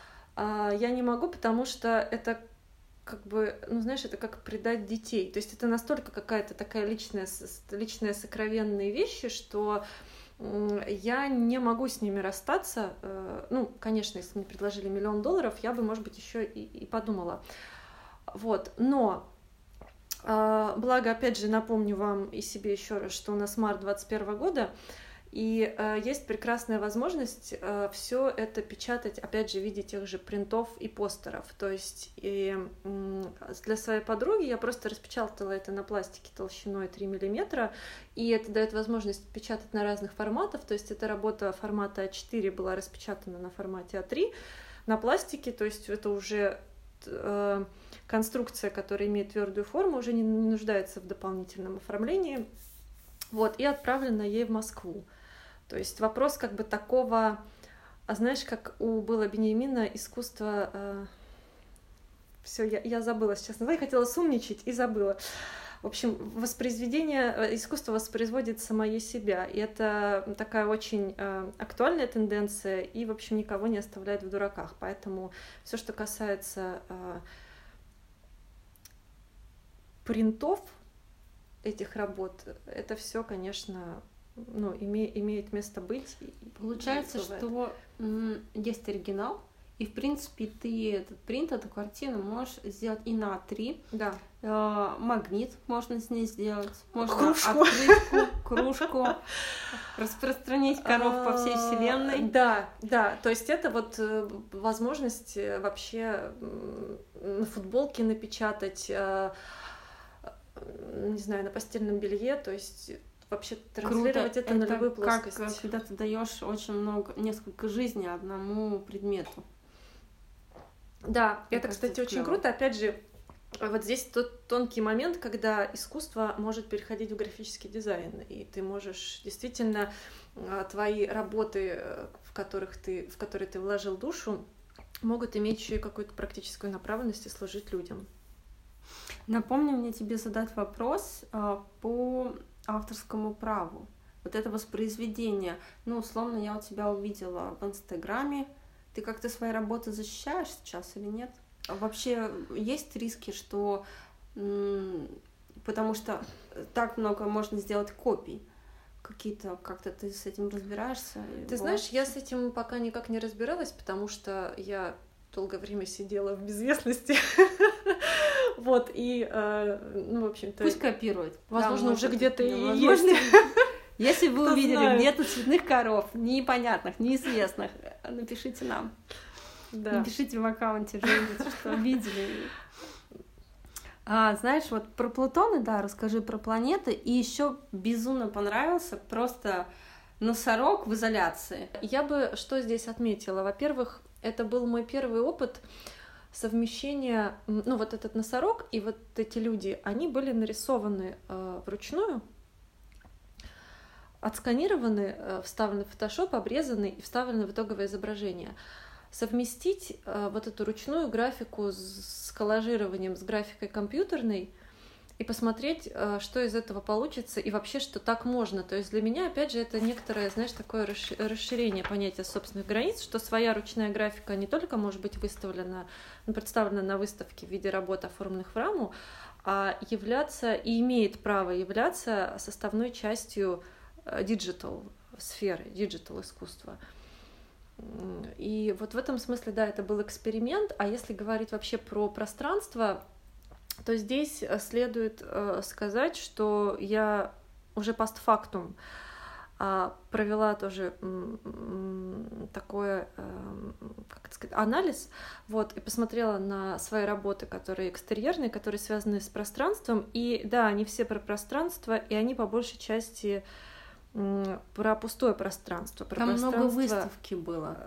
я не могу, потому что это как бы, знаешь, это как предать детей. То есть это настолько какая-то такая личная сокровенные вещи, что я не могу с ними расстаться. Конечно, если мне предложили $1 миллион, я бы, может быть, еще и подумала. Вот, но благо, опять же, напомню вам и себе еще раз, что у нас март 2021 года, и есть прекрасная возможность все это печатать, опять же, в виде тех же принтов и постеров. То есть для своей подруги я просто распечатала это на пластике толщиной 3 мм, и это дает возможность печатать на разных форматах. То есть эта работа формата А4 была распечатана на формате А3 на пластике, то есть это уже конструкция, которая имеет твердую форму, уже не нуждается в дополнительном оформлении. Вот, и отправлена ей в Москву. То есть вопрос как бы такого, знаешь, как у Белла Беньямина искусство... Все, я забыла сейчас назвать, хотела сумничать и забыла. В общем, искусство воспроизводит самое себя, и это такая очень актуальная тенденция, и, в общем, никого не оставляет в дураках. Поэтому все, что касается принтов этих работ, это все, конечно, имеет место быть. Получается, что есть оригинал, и, в принципе, ты этот принт, эту картину можешь сделать и на А3. Да. Магнит можно с ней сделать. Можно кружку. Открытку, кружку, распространить коров по всей вселенной. Да. То есть это вот возможность вообще на футболке напечатать, не знаю, на постельном белье, то есть вообще транслировать это на любую плоскость. Как когда ты даешь несколько жизней одному предмету. Да, это, кстати, очень круто. Опять же, вот здесь тот тонкий момент, когда искусство может переходить в графический дизайн, и ты можешь действительно твои работы, в которые ты вложил душу, могут иметь еще и какую-то практическую направленность и служить людям. Напомни мне тебе задать вопрос по авторскому праву. Вот это воспроизведение, условно, я у тебя увидела в Инстаграме. Ты как-то свои работы защищаешь сейчас или нет? Вообще есть риски, что... Потому что так много можно сделать копий. Как-то ты с этим разбираешься? Ты знаешь, я с этим пока никак не разбиралась, потому что я долгое время сидела в безвестности. Вот, и, в общем-то... Пусть копирует. Возможно, уже где-то и есть. Если вы увидели где-то цветных коров, непонятных, неизвестных, напишите нам. Да. Напишите в аккаунте Жени, что видели. Знаешь, вот про Плутоны, да, расскажи про планеты. И еще безумно понравился просто носорог в изоляции. Я бы что здесь отметила? Во-первых, это был мой первый опыт совмещения, вот этот носорог и вот эти люди, они были нарисованы вручную, отсканированы, вставлены в Photoshop, обрезаны и вставлены в итоговое изображение. Совместить вот эту ручную графику с коллажированием, с графикой компьютерной и посмотреть, что из этого получится и вообще, что так можно. То есть для меня, опять же, это некоторое, знаешь, такое расширение понятия собственных границ, что своя ручная графика не только может быть представлена на выставке в виде работ, оформленных в раму, а являться и имеет право являться составной частью диджитал сферы, диджитал искусства. И вот в этом смысле, да, это был эксперимент. А если говорить вообще про пространство, то здесь следует сказать, что я уже постфактум провела тоже такой, анализ, и посмотрела на свои работы, которые экстерьерные, которые связаны с пространством. И да, они все про пространство, и они по большей части про пустое пространство. Там много выставки было.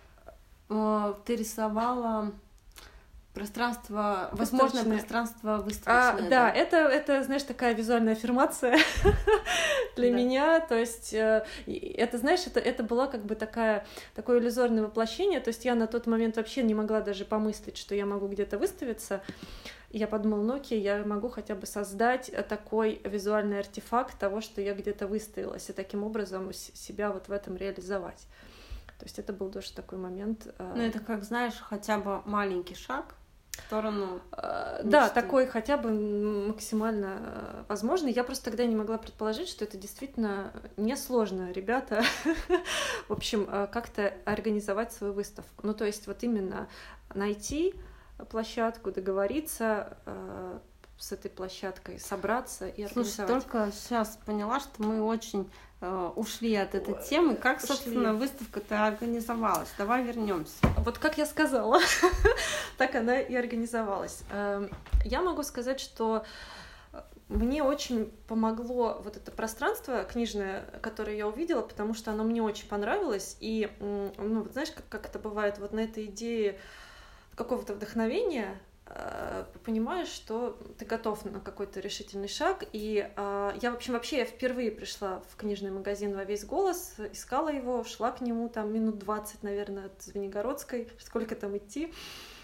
Ты рисовала пространство, возможное пространство выставочное. Да, это, знаешь, такая визуальная аффирмация для меня. То есть это, знаешь, это была как бы такое иллюзорное воплощение. То есть я на тот момент вообще не могла даже помыслить, что я могу где-то выставиться. И я подумала, окей, я могу хотя бы создать такой визуальный артефакт того, что я где-то выставилась, и таким образом себя вот в этом реализовать. То есть это был тоже такой момент. Это, как знаешь, хотя бы маленький шаг в сторону мечты. Да, такой хотя бы максимально возможный. Я просто тогда не могла предположить, что это действительно несложно, ребята, в общем, как-то организовать свою выставку. То есть вот именно найти площадку, договориться с этой площадкой, собраться и организовать. Слушай, только сейчас поняла, что мы очень ушли от этой темы. Как, собственно, выставка-то организовалась? Давай вернемся. Вот как я сказала, так она и организовалась. Я могу сказать, что мне очень помогло вот это пространство книжное, которое я увидела, потому что оно мне очень понравилось. И, вот знаешь, как это бывает, вот на этой идее какого-то вдохновения понимаешь, что ты готов на какой-то решительный шаг. И я, в общем, я впервые пришла в книжный магазин «Во весь голос», искала его, шла к нему там минут 20, наверное, от Звенигородской, сколько там идти.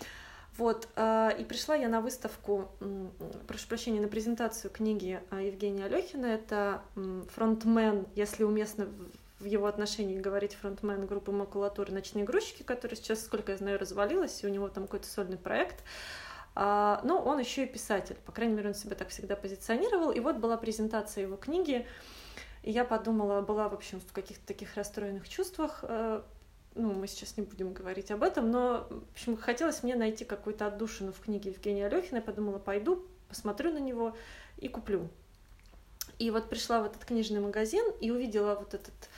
И пришла я на выставку, прошу прощения, на презентацию книги Евгения Алёхина. Это фронтмен, если уместно в его отношении говорить, фронтмен группы «Макулатура» «Ночные грузчики», которая сейчас, сколько я знаю, развалилась, и у него там какой-то сольный проект. Но он еще и писатель, по крайней мере, он себя так всегда позиционировал. И вот была презентация его книги, и я подумала, была, в общем, в каких-то таких расстроенных чувствах. Мы сейчас не будем говорить об этом, но, в общем, хотелось мне найти какую-то отдушину в книге Евгения Алёхина. Я подумала, пойду, посмотрю на него и куплю. И вот пришла в этот книжный магазин и увидела вот этот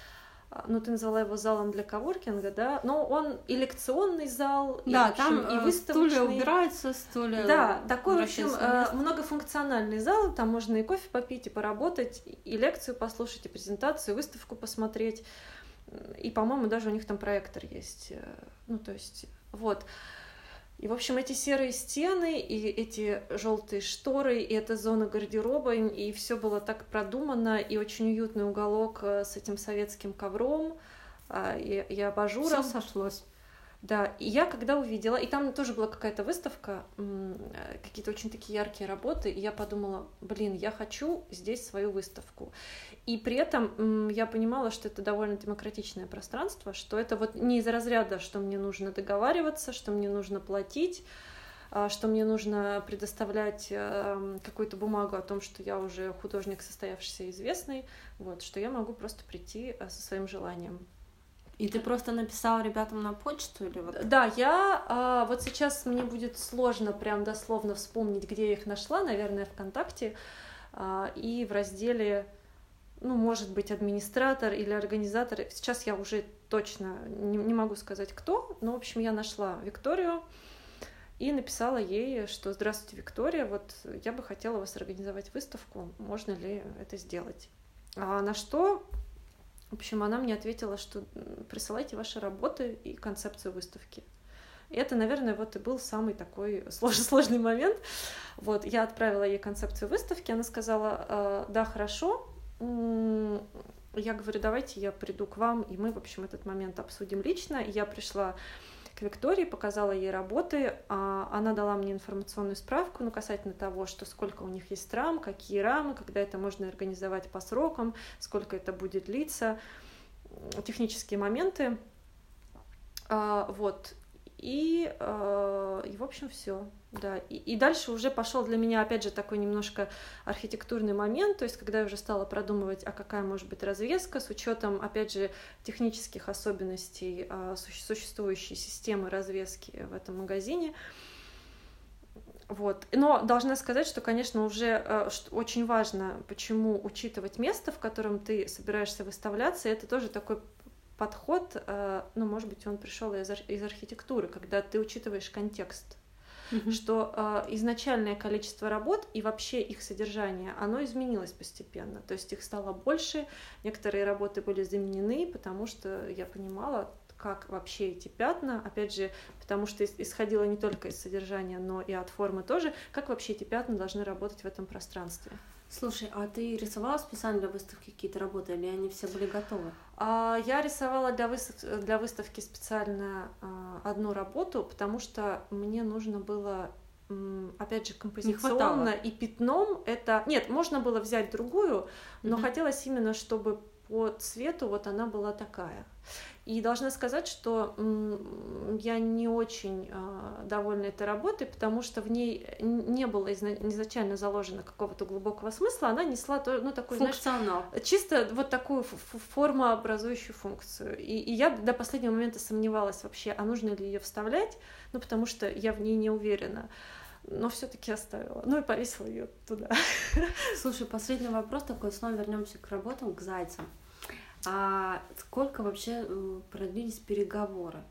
ну, ты назвала его залом для коворкинга, да, но он и лекционный зал, да, и, в там общем, и выставочный. Стулья убираются, стулья. Да, такой, в общем, многофункциональный зал, там можно и кофе попить, и поработать, и лекцию послушать, и презентацию, и выставку посмотреть, и, по-моему, даже у них там проектор есть, ну, то есть, вот. И, в общем, эти серые стены, и эти желтые шторы, и эта зона гардероба, и все было так продумано, и очень уютный уголок с этим советским ковром, и абажуром. Все сошлось. Да, и я когда увидела, и там тоже была какая-то выставка, какие-то очень такие яркие работы, и я подумала, блин, я хочу здесь свою выставку. И при этом я понимала, что это довольно демократичное пространство, что это вот не из разряда, что мне нужно договариваться, что мне нужно платить, что мне нужно предоставлять какую-то бумагу о том, что я уже художник, состоявшийся и известный, вот, что я могу просто прийти со своим желанием. И ты просто написала ребятам на почту или вот? Да, я вот сейчас мне будет сложно прям дословно вспомнить, где я их нашла, наверное, ВКонтакте, и в разделе, ну, может быть, администратор или организатор. Сейчас я уже точно не могу сказать, кто, но, в общем, я нашла Викторию и написала ей, что «Здравствуйте, Виктория, вот я бы хотела у вас организовать выставку, можно ли это сделать?» На что... В общем, она мне ответила, что присылайте ваши работы и концепцию выставки. И это, наверное, вот и был самый такой сложный момент. Вот, я отправила ей концепцию выставки, она сказала, да, хорошо. Я говорю, давайте я приду к вам, и мы, в общем, этот момент обсудим лично. И я пришла к Виктории, показала ей работы, она дала мне информационную справку, ну, касательно того, что сколько у них есть рам, какие рамы, когда это можно организовать по срокам, сколько это будет длиться, технические моменты, вот, и в общем, все. Да, и дальше уже пошел для меня, опять же, такой немножко архитектурный момент, то есть когда я уже стала продумывать, а какая может быть развеска с учетом, опять же, технических особенностей существующей системы развески в этом магазине. Вот. Но должна сказать, что, конечно, уже очень важно, почему учитывать место, в котором ты собираешься выставляться, это тоже такой подход, ну, может быть, он пришел из архитектуры, когда ты учитываешь контекст. Что изначальное количество работ и вообще их содержание, оно изменилось постепенно. То есть их стало больше, некоторые работы были заменены, потому что я понимала, как вообще эти пятна, опять же, потому что исходило не только из содержания, но и от формы тоже, как вообще эти пятна должны работать в этом пространстве. Слушай, а ты рисовала специально для выставки какие-то работы, или они все были готовы? Я рисовала для выставки специально одну работу, потому что мне нужно было, опять же, композиционно и пятном это... Нет, можно было взять другую, но хотелось именно, чтобы по цвету вот она была такая. И должна сказать, что я не очень довольна этой работой, потому что в ней не было изначально заложено какого-то глубокого смысла, она несла, ну, такой, функционал. Знаешь, чисто вот такую формообразующую функцию. И я до последнего момента сомневалась вообще, а нужно ли ее вставлять, ну, потому что я в ней не уверена. Но все-таки оставила. Ну и повесила ее туда. Слушай, последний вопрос такой, снова вернемся к работам, к зайцам. А сколько вообще продлились переговоры?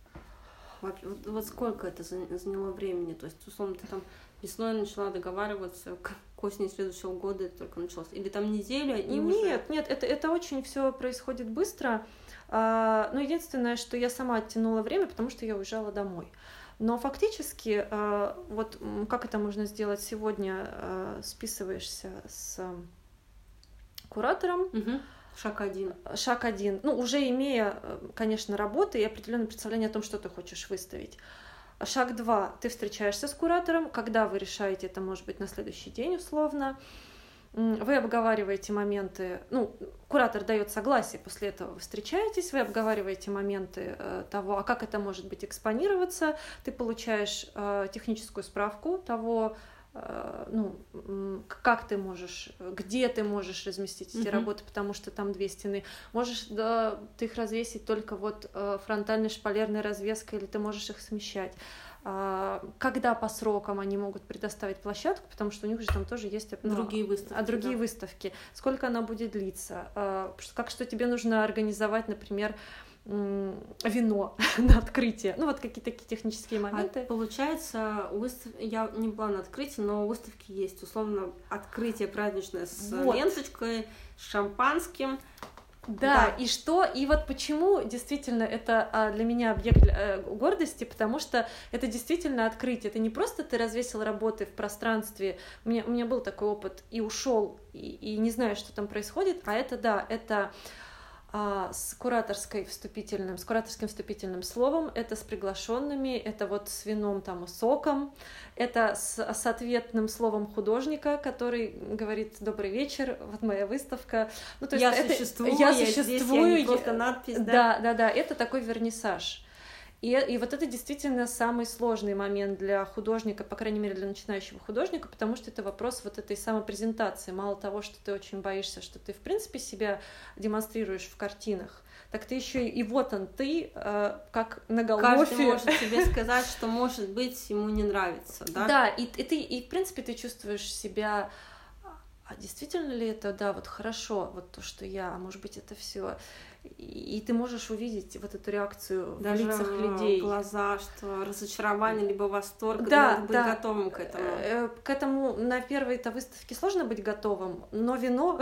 Вот сколько это заняло времени? То есть, условно, ты там весной начала договариваться, к осени следующего года это только началось? Или там неделя и уже... Нет, это очень все происходит быстро. Но единственное, что я сама оттянула время, потому что я уезжала домой. Но фактически, вот как это можно сделать сегодня, списываешься с куратором. Шаг один. Ну, уже имея, конечно, работы и определенное представление о том, что ты хочешь выставить. Шаг 2. Ты встречаешься с куратором. Когда вы решаете, это может быть на следующий день условно. Вы обговариваете моменты, ну, куратор дает согласие, после этого вы встречаетесь, вы обговариваете моменты того, а как это может быть экспонироваться, ты получаешь техническую справку того, ну, как ты можешь, где ты можешь разместить эти работы, потому что там 2 стены. Можешь ты их развесить только вот фронтальной шпалерной развеской, или ты можешь их смещать. когда по срокам они могут предоставить площадку, потому что у них же там тоже есть другие выставки. Выставки, сколько она будет длиться, что тебе нужно организовать, например, вино на открытие, ну вот какие-то такие технические моменты. Получается, я не была на открытии, но у выставки есть условно открытие праздничное с ленточкой, с шампанским. Да, и вот почему действительно это для меня объект гордости, потому что это действительно открытие, это не просто ты развесил работы в пространстве, у меня был такой опыт, и ушел и не знаю, что там происходит, а это с кураторским вступительным словом, это с приглашенными, это вот с вином там и соком, это с ответным словом художника, который говорит: добрый вечер, вот моя выставка. Ну, то есть я существую, я не просто надпись, да? Да, это такой вернисаж. И вот это действительно самый сложный момент для художника, по крайней мере, для начинающего художника, потому что это вопрос вот этой самопрезентации. Мало того, что ты очень боишься, что ты, в принципе, себя демонстрируешь в картинах, так ты еще и вот он, ты, как на Голгофе. Каждый может тебе сказать, что, может быть, ему не нравится, да? Да, и в принципе, ты чувствуешь себя... А действительно ли это, да, вот хорошо, вот то, что я, а может быть, это все. И ты можешь увидеть вот эту реакцию даже в лицах людей. Глаза, что разочарование, либо восторг, надо быть готовым к этому. К этому на первой-то выставке сложно быть готовым, но вино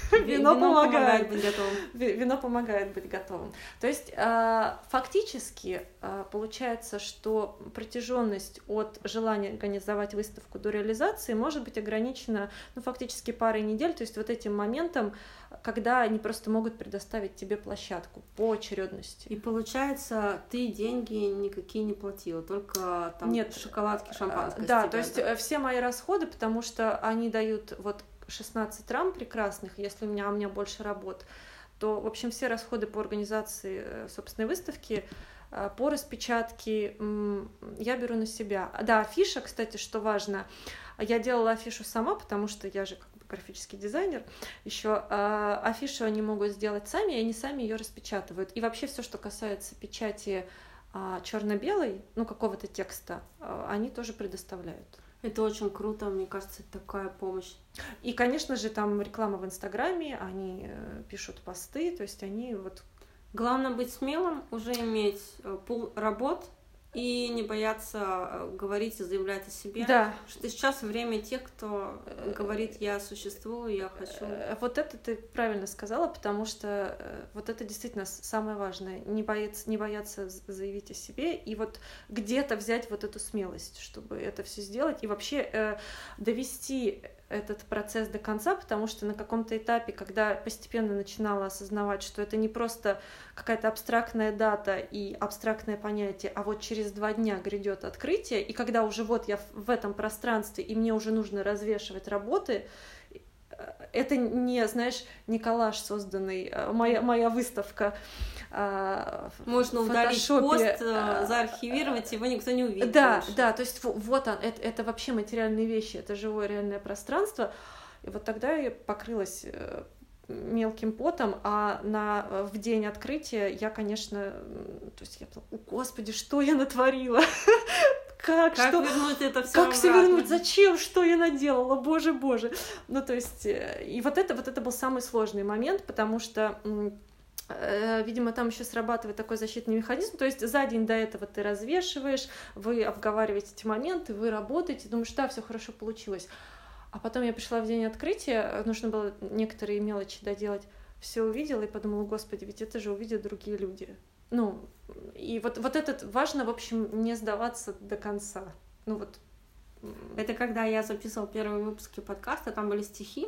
помогает быть готовым. Вино помогает быть готовым. То есть фактически получается, что протяженность от желания организовать выставку до реализации может быть ограничена, фактически парой недель, то есть вот этим моментом, когда они просто могут предоставить тебе площадку по очередности. И получается, ты деньги никакие не платила, только там шоколадки, шампанское. Да, то есть все мои расходы, потому что они дают вот 16 рам прекрасных, если у меня больше работ, то, в общем, все расходы по организации собственной выставки, по распечатке я беру на себя. Да, афиша, кстати, что важно, я делала афишу сама, потому что я же графический дизайнер, еще афишу они могут сделать сами, и они сами ее распечатывают. И вообще все, что касается печати черно-белой, какого-то текста, они тоже предоставляют. Это очень круто, мне кажется, это такая помощь. И, конечно же, там реклама в Инстаграме, они пишут посты, то есть они вот... Главное быть смелым, уже иметь пул работ, и не бояться говорить и заявлять о себе. Да. Что сейчас время тех, кто говорит: я существую, я хочу. Вот это ты правильно сказала, потому что вот это действительно самое важное. Не бояться заявить о себе и вот где-то взять вот эту смелость, чтобы это все сделать и вообще довести этот процесс до конца, потому что на каком-то этапе, когда постепенно начинала осознавать, что это не просто какая-то абстрактная дата и абстрактное понятие, а вот через 2 дня грядет открытие, и когда уже вот я в этом пространстве, и мне уже нужно развешивать работы, это не, знаешь, не коллаж созданный, моя выставка. Можно удалить пост, заархивировать, его никто не увидит. Да, то есть вот он, это вообще материальные вещи, это живое реальное пространство. И вот тогда я покрылась мелким потом, а в день открытия я, конечно, то есть я подумала: господи, что я натворила? Как вернуть это все? Как все вернуть? Зачем? Что я наделала? Боже. То есть, и вот это был самый сложный момент, потому что, видимо, там еще срабатывает такой защитный механизм. То есть за день до этого ты развешиваешь, вы обговариваете эти моменты, вы работаете, думаешь: да, все хорошо получилось. А потом я пришла в день открытия, нужно было некоторые мелочи доделать. Все увидела и подумала: господи, ведь это же увидят другие люди. И вот это важно, в общем, не сдаваться до конца. Это когда я записывала первые выпуски подкаста, там были стихи.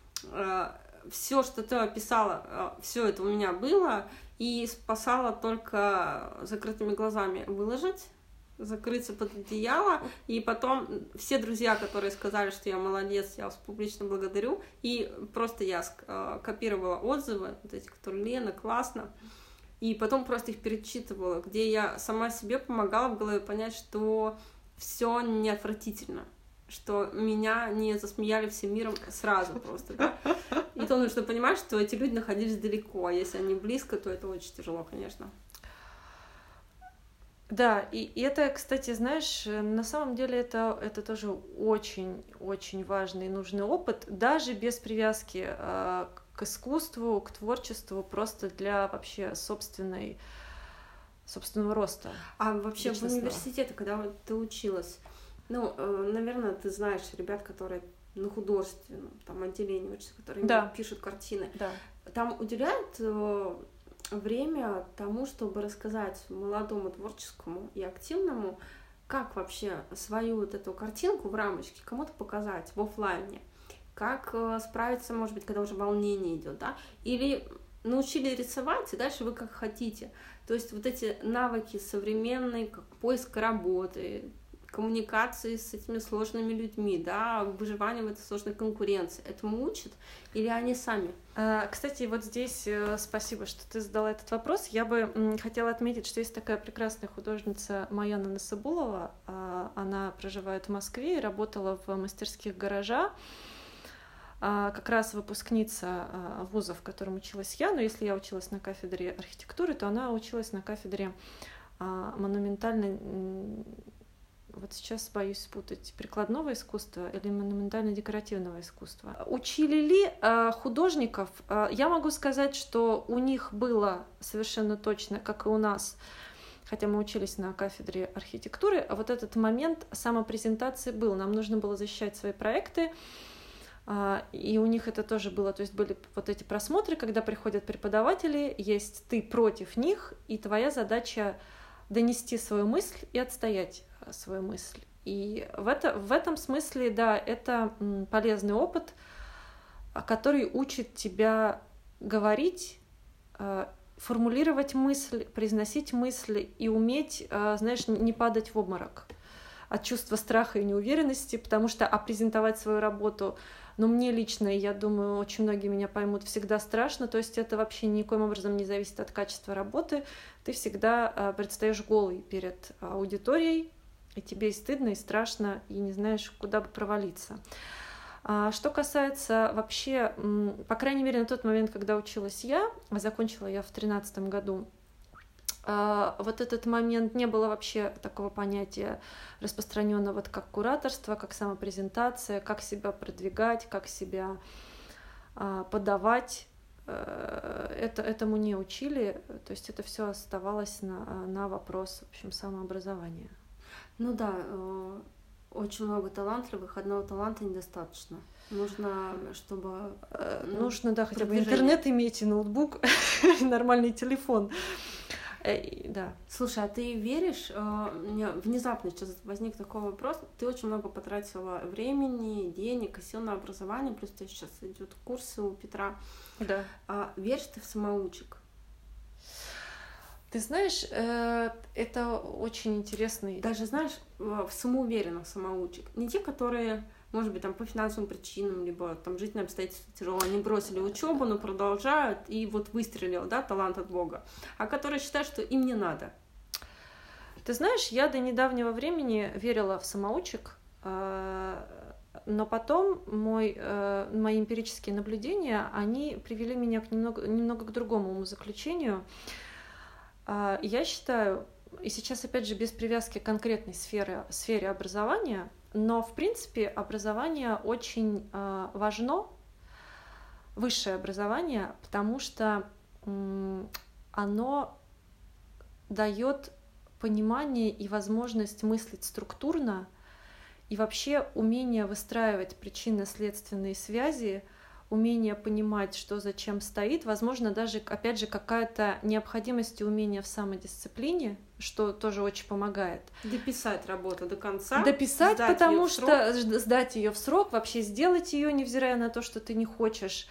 Все, что ты описала, все это у меня было, и спасало только закрытыми глазами выложить, закрыться под одеяло, и потом все друзья, которые сказали, что я молодец, я вас публично благодарю, и просто я копировала отзывы, вот эти, которые: Лена, классно, и потом просто их перечитывала, где я сама себе помогала в голове понять, что все не отвратительно, что меня не засмеяли всем миром сразу просто, да. И то нужно понимать, что эти люди находились далеко, а если они близко, то это очень тяжело, конечно. Да, и это, кстати, знаешь, на самом деле это тоже очень-очень важный и нужный опыт, даже без привязки к искусству, к творчеству, просто для вообще собственного роста. А вообще личностного. в университете, когда вот ты училась, ну, наверное, ты знаешь ребят, которые на художественном там отделении учатся, которые пишут картины. Да. Там уделяют время тому, чтобы рассказать молодому творческому и активному, как вообще свою вот эту картинку в рамочке кому-то показать в офлайне, как справиться, может быть, когда уже волнение идет, да, или научили рисовать, и дальше вы как хотите. То есть вот эти навыки современные, как поиск работы, коммуникации с этими сложными людьми, да, выживание в этой сложной конкуренции. Этому учат или они сами? Кстати, вот здесь спасибо, что ты задала этот вопрос. Я бы хотела отметить, что есть такая прекрасная художница Маяна Насыбулова. Она проживает в Москве и работала в мастерских «Гаража». Как раз выпускница вуза, в котором училась я, но если я училась на кафедре архитектуры, то она училась на кафедре монументальной, вот сейчас боюсь спутать, прикладного искусства или монументально-декоративного искусства. Учили ли художников? Я могу сказать, что у них было совершенно точно, как и у нас, хотя мы учились на кафедре архитектуры, а вот этот момент самопрезентации был. Нам нужно было защищать свои проекты, и у них это тоже было, то есть были вот эти просмотры, когда приходят преподаватели, есть ты против них, и твоя задача донести свою мысль и отстоять свою мысль. И в этом смысле, да, это полезный опыт, который учит тебя говорить, формулировать мысль, произносить мысли и уметь, знаешь, не падать в обморок от чувства страха и неуверенности, потому что презентовать свою работу, но мне лично, и я думаю, очень многие меня поймут, всегда страшно, то есть это вообще никоим образом не зависит от качества работы, ты всегда предстаешь голый перед аудиторией, и тебе и стыдно, и страшно, и не знаешь, куда бы провалиться. Что касается вообще, по крайней мере, на тот момент, когда училась я, закончила я в 2013 году, вот этот момент, не было вообще такого понятия распространенного, вот как кураторство, как самопрезентация, как себя продвигать, как себя подавать. Этому не учили, то есть это все оставалось на вопрос, в общем, самообразования. Ну да, очень много талантливых, одного таланта недостаточно. Нужно, чтобы... Нужно, да, хотя бы интернет иметь и ноутбук, и нормальный телефон. Да. Слушай, а ты веришь, у меня внезапно сейчас возник такой вопрос, ты очень много потратила времени, денег и сил на образование, плюс у тебя сейчас идут курсы у Петра. Да. Веришь ты в самоучек? Ты знаешь, это очень интересный... Даже, знаешь, в самоуверенных самоучек. Не те, которые, может быть, там по финансовым причинам, либо там жизненные обстоятельства тяжелые, они бросили учебу, но продолжают, и вот выстрелил, да, талант от Бога, а которые считают, что им не надо. Ты знаешь, я до недавнего времени верила в самоучек, но потом мои эмпирические наблюдения, они привели меня немного к другому умозаключению. Я считаю, и сейчас, опять же, без привязки к конкретной сфере образования, но, в принципе, образование очень важно, высшее образование, потому что оно дает понимание и возможность мыслить структурно, и вообще умение выстраивать причинно-следственные связи, умение понимать, что зачем стоит, возможно, даже, опять же, какая-то необходимость и умение в самодисциплине, что тоже очень помогает. Дописать работу до конца. Дописать, потому что сдать ее в срок, вообще сделать ее, невзирая на то, что ты не хочешь.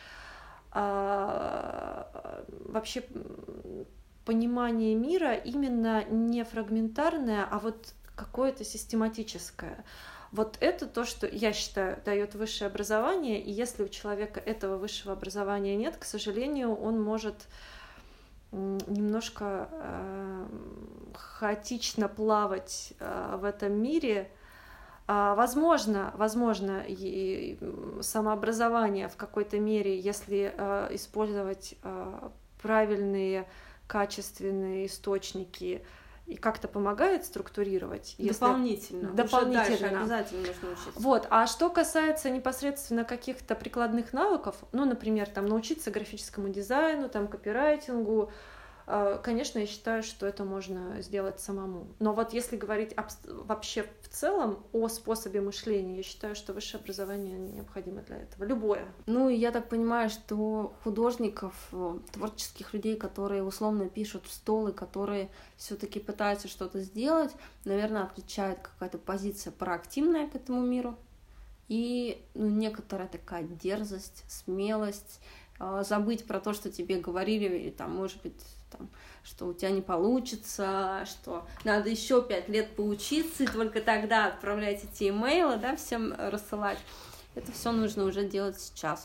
Вообще понимание мира именно не фрагментарное, а вот какое-то систематическое. Вот это то, что, я считаю, дает высшее образование, и если у человека этого высшего образования нет, к сожалению, он может немножко хаотично плавать в этом мире. Возможно, и самообразование в какой-то мере, если использовать правильные, качественные источники, и как-то помогает структурировать. Дополнительно. Дополнительно. Уже дальше обязательно нужно учиться. Вот. А что касается непосредственно каких-то прикладных навыков, ну, например, там, научиться графическому дизайну, там, копирайтингу, конечно, я считаю, что это можно сделать самому. Но вот если говорить вообще в целом о способе мышления, я считаю, что высшее образование необходимо для этого. Любое. Ну, и я так понимаю, что художников, творческих людей, которые условно пишут в стол и которые все-таки пытаются что-то сделать, наверное, отличает какая-то позиция проактивная к этому миру и некоторая такая дерзость, смелость, забыть про то, что тебе говорили, и там, может быть, там, что у тебя не получится, что надо еще 5 лет поучиться, и только тогда отправлять эти имейлы, да, всем рассылать. Это все нужно уже делать сейчас.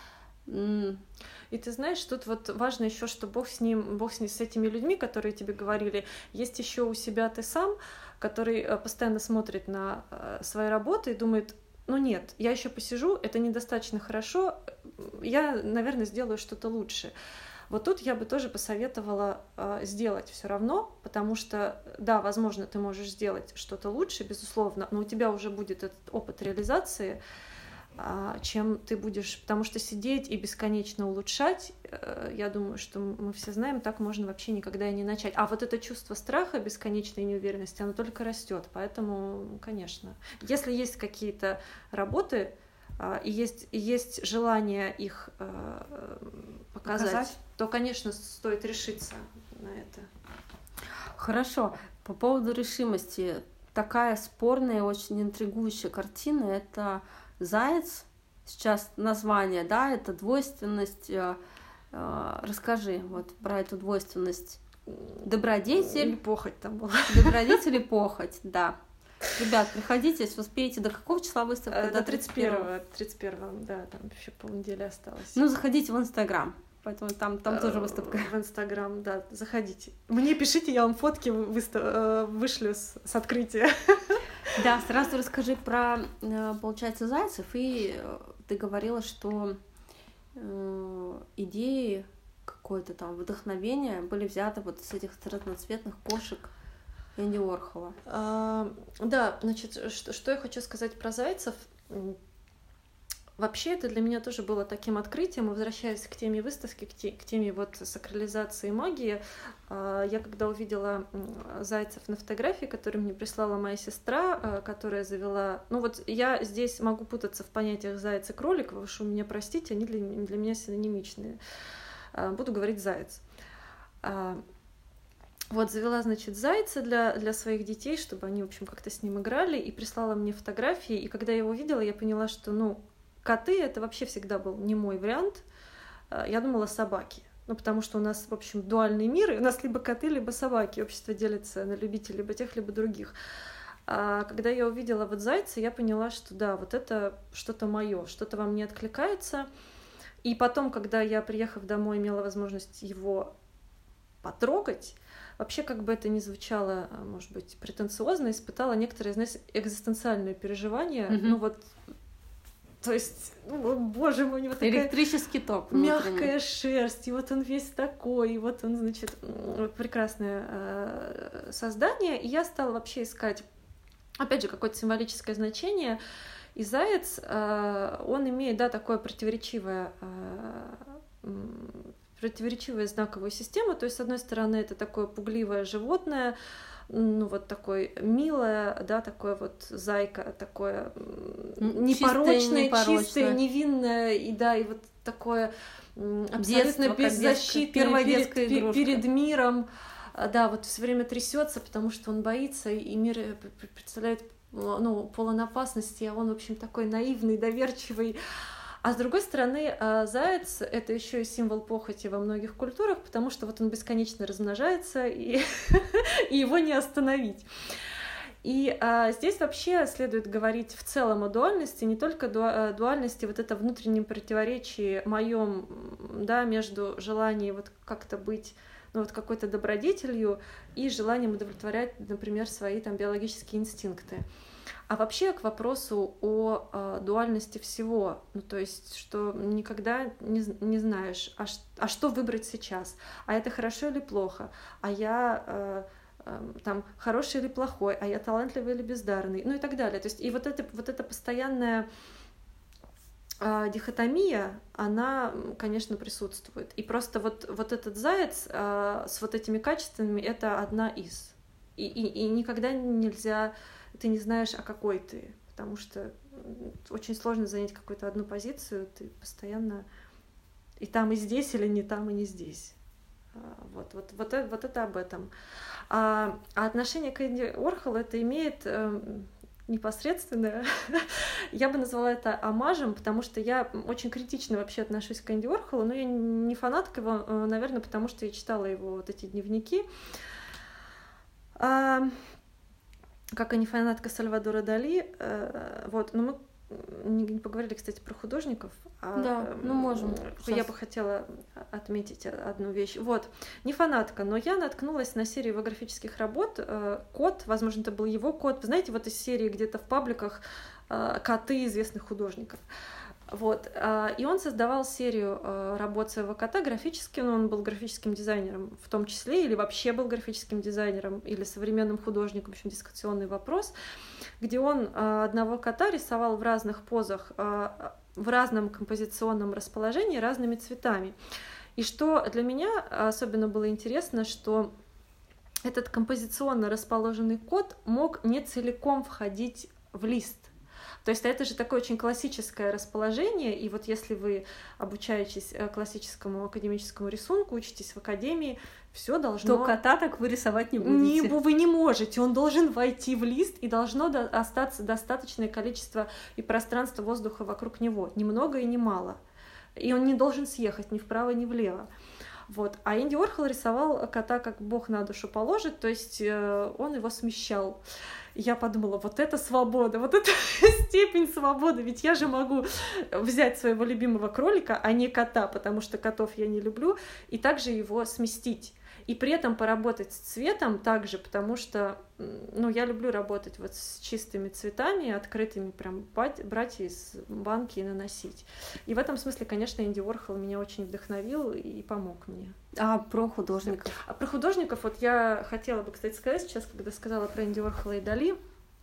И ты знаешь, тут вот важно еще, что Бог с этими людьми, которые тебе говорили, есть еще у себя ты сам, который постоянно смотрит на свои работы и думает: ну нет, я еще посижу, это недостаточно хорошо, я, наверное, сделаю что-то лучше. Вот тут я бы тоже посоветовала сделать все равно, потому что, да, возможно, ты можешь сделать что-то лучше, безусловно, но у тебя уже будет этот опыт реализации, чем ты будешь, потому что сидеть и бесконечно улучшать, я думаю, что мы все знаем, так можно вообще никогда и не начать. А вот это чувство страха, бесконечной неуверенности, оно только растет, поэтому, конечно, если есть какие-то работы, и есть желание их показать, то, конечно, стоит решиться на это. Хорошо. По поводу решимости. Такая спорная, очень интригующая картина — это «Заяц». Сейчас название, да, это двойственность. Расскажи вот про эту двойственность. Добродетель. Или похоть там была. Добродетель и похоть, да. Ребят, приходите, если успеете. До какого числа выставка? До 31-го, да, там еще полнедели осталось. Ну, заходите в Инстаграм, поэтому там тоже выставка. В Инстаграм, да, заходите. Мне пишите, я вам фотки вышлю с открытия. Да, сразу расскажи про, получается, зайцев. И ты говорила, что идеи, какое-то там вдохновение были взяты вот с этих разноцветных кошек Энди Уорхола. Да, значит, что я хочу сказать про зайцев. Вообще это для меня тоже было таким открытием, и возвращаясь к теме выставки, к теме вот сакрализации магии, я когда увидела зайцев на фотографии, которые мне прислала моя сестра, которая завела... Ну вот я здесь могу путаться в понятиях заяц и кролик, вы уж меня простите, они для меня синонимичные. Буду говорить заяц. Вот завела, значит, зайца для своих детей, чтобы они, в общем, как-то с ним играли, и прислала мне фотографии, и когда я его видела, я поняла, что, ну, коты — это вообще всегда был не мой вариант. Я думала собаки. Ну, потому что у нас, в общем, дуальный мир, и у нас либо коты, либо собаки. Общество делится на любителей либо тех, либо других. А когда я увидела вот зайца, я поняла, что да, вот это что-то мое, что-то во мне откликается. И потом, когда я, приехав домой, имела возможность его потрогать, вообще, как бы это ни звучало, может быть, претенциозно, испытала некоторые, знаешь, экзистенциальные переживания. Ну вот, то есть, ну, боже мой, у него такая электрический ток мягкая шерсть, и вот он весь такой, и вот он, значит, прекрасное создание. И я стала вообще искать, опять же, какое-то символическое значение. И заяц, он имеет, да, такое противоречивую знаковую систему. То есть, с одной стороны, это такое пугливое животное, ну, вот такое милое, да, такое вот зайка, такое непорочное, чистое, невинное, и да, и вот такое абсолютно беззащитное перед миром. Да, вот все время трясется, потому что он боится, и мир представляет, ну, полон опасности, а он, в общем, такой наивный, доверчивый. А с другой стороны, заяц — это еще и символ похоти во многих культурах, потому что вот он бесконечно размножается, и его не остановить. И здесь вообще следует говорить в целом о дуальности, не только дуальности, вот это внутреннем противоречии моем, да, между желанием вот как-то быть, ну, вот какой-то добродетелью и желанием удовлетворять, например, свои там биологические инстинкты. А вообще к вопросу о дуальности всего, ну, то есть, что никогда не знаешь, а что выбрать сейчас, а это хорошо или плохо, а я там, хороший или плохой, а я талантливый или бездарный, ну и так далее. То есть и вот это постоянная дихотомия, она, конечно, присутствует. И просто вот этот заяц с вот этими качествами — это одна из. И никогда нельзя, ты не знаешь, а какой ты, потому что очень сложно занять какую-то одну позицию, ты постоянно и там, и здесь, или не там, и не здесь. Вот это об этом. А отношение к Энди Уорхолу это имеет непосредственно, я бы назвала это омажем, потому что я очень критично вообще отношусь к Энди Уорхолу, но я не фанатка его, наверное, потому что я читала его вот эти дневники, как и не фанатка Сальвадора Дали, вот, но мы не поговорили, кстати, про художников. Да, ну можем. Я бы хотела отметить одну вещь. Вот, не фанатка, но я наткнулась на серию его графических работ. Кот, возможно, это был его кот. Вы знаете, вот из серии где-то в пабликах коты известных художников. Вот. И он создавал серию работ своего кота графически, но он был графическим дизайнером в том числе, или вообще был графическим дизайнером, или современным художником, в общем, дискуссионный вопрос, где он одного кота рисовал в разных позах, в разном композиционном расположении, разными цветами. И что для меня особенно было интересно, что этот композиционно расположенный кот мог не целиком входить в лист. То есть это же такое очень классическое расположение, и вот если вы обучаетесь классическому академическому рисунку, учитесь в академии, все должно... То кота так вы рисовать не будете. Вы не можете, он должен войти в лист, и должно остаться достаточное количество и пространства воздуха вокруг него, ни много и ни мало. И он не должен съехать ни вправо, ни влево. Вот. А Энди Уорхол рисовал кота как Бог на душу положит, то есть он его смещал. Я подумала, вот это свобода, вот это степень свободы, ведь я же могу взять своего любимого кролика, а не кота, потому что котов я не люблю, и также его сместить. И при этом поработать с цветом также, потому что, ну, я люблю работать вот с чистыми цветами, открытыми, прям брать из банки и наносить. И в этом смысле, конечно, Энди Уорхол меня очень вдохновил и помог мне. А про художников? А про художников вот я хотела бы, кстати, сказать сейчас, когда сказала про Энди Уорхола и Дали,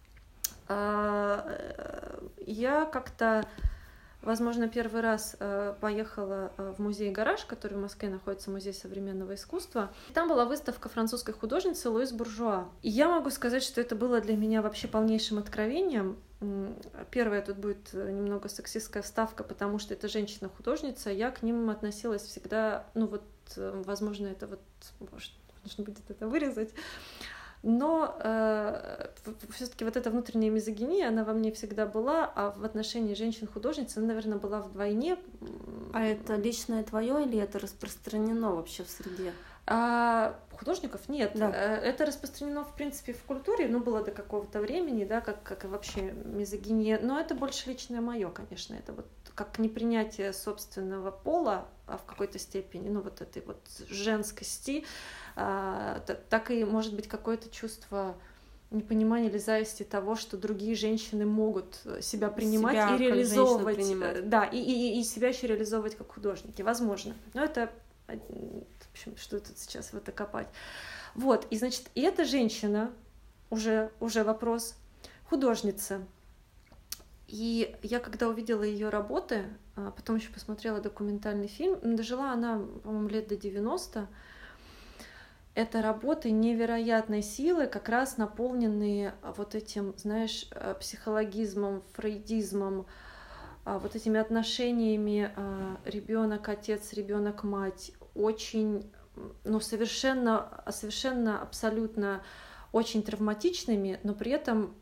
я как-то... Возможно, первый раз поехала в музей «Гараж», который в Москве находится, музей современного искусства. Там была выставка французской художницы Луиз Буржуа. И я могу сказать, что это было для меня вообще полнейшим откровением. Первое, тут будет немного сексистская вставка, потому что это женщина-художница. Я к ним относилась всегда, ну вот, возможно, это вот, может, нужно будет это вырезать. Но все-таки вот эта внутренняя мизогиния, она во мне всегда была, а в отношении женщин-художниц она, наверное, была вдвойне. А это личное твое или это распространено вообще в среде? Художников нет. Да. Это распространено, в принципе, в культуре, ну, было до какого-то времени, да, как и вообще мизогиния. Но это больше личное мое, конечно. Это вот как непринятие собственного пола, а в какой-то степени, ну, вот этой вот женскости, так и, может быть, какое-то чувство непонимания или зависти того, что другие женщины могут себя принимать и реализовывать. Да, и себя еще реализовывать как художники. Возможно. Но это... В общем, что тут сейчас в это копать. Вот, и, значит, и эта женщина, уже вопрос, художница. И я, когда увидела ее работы, потом еще посмотрела документальный фильм, дожила она, по-моему, лет до 90. Это работы невероятной силы, как раз наполненные вот этим, знаешь, психологизмом, фрейдизмом, вот этими отношениями ребенок-отец, ребенок-мать, очень, ну, совершенно, абсолютно очень травматичными, но при этом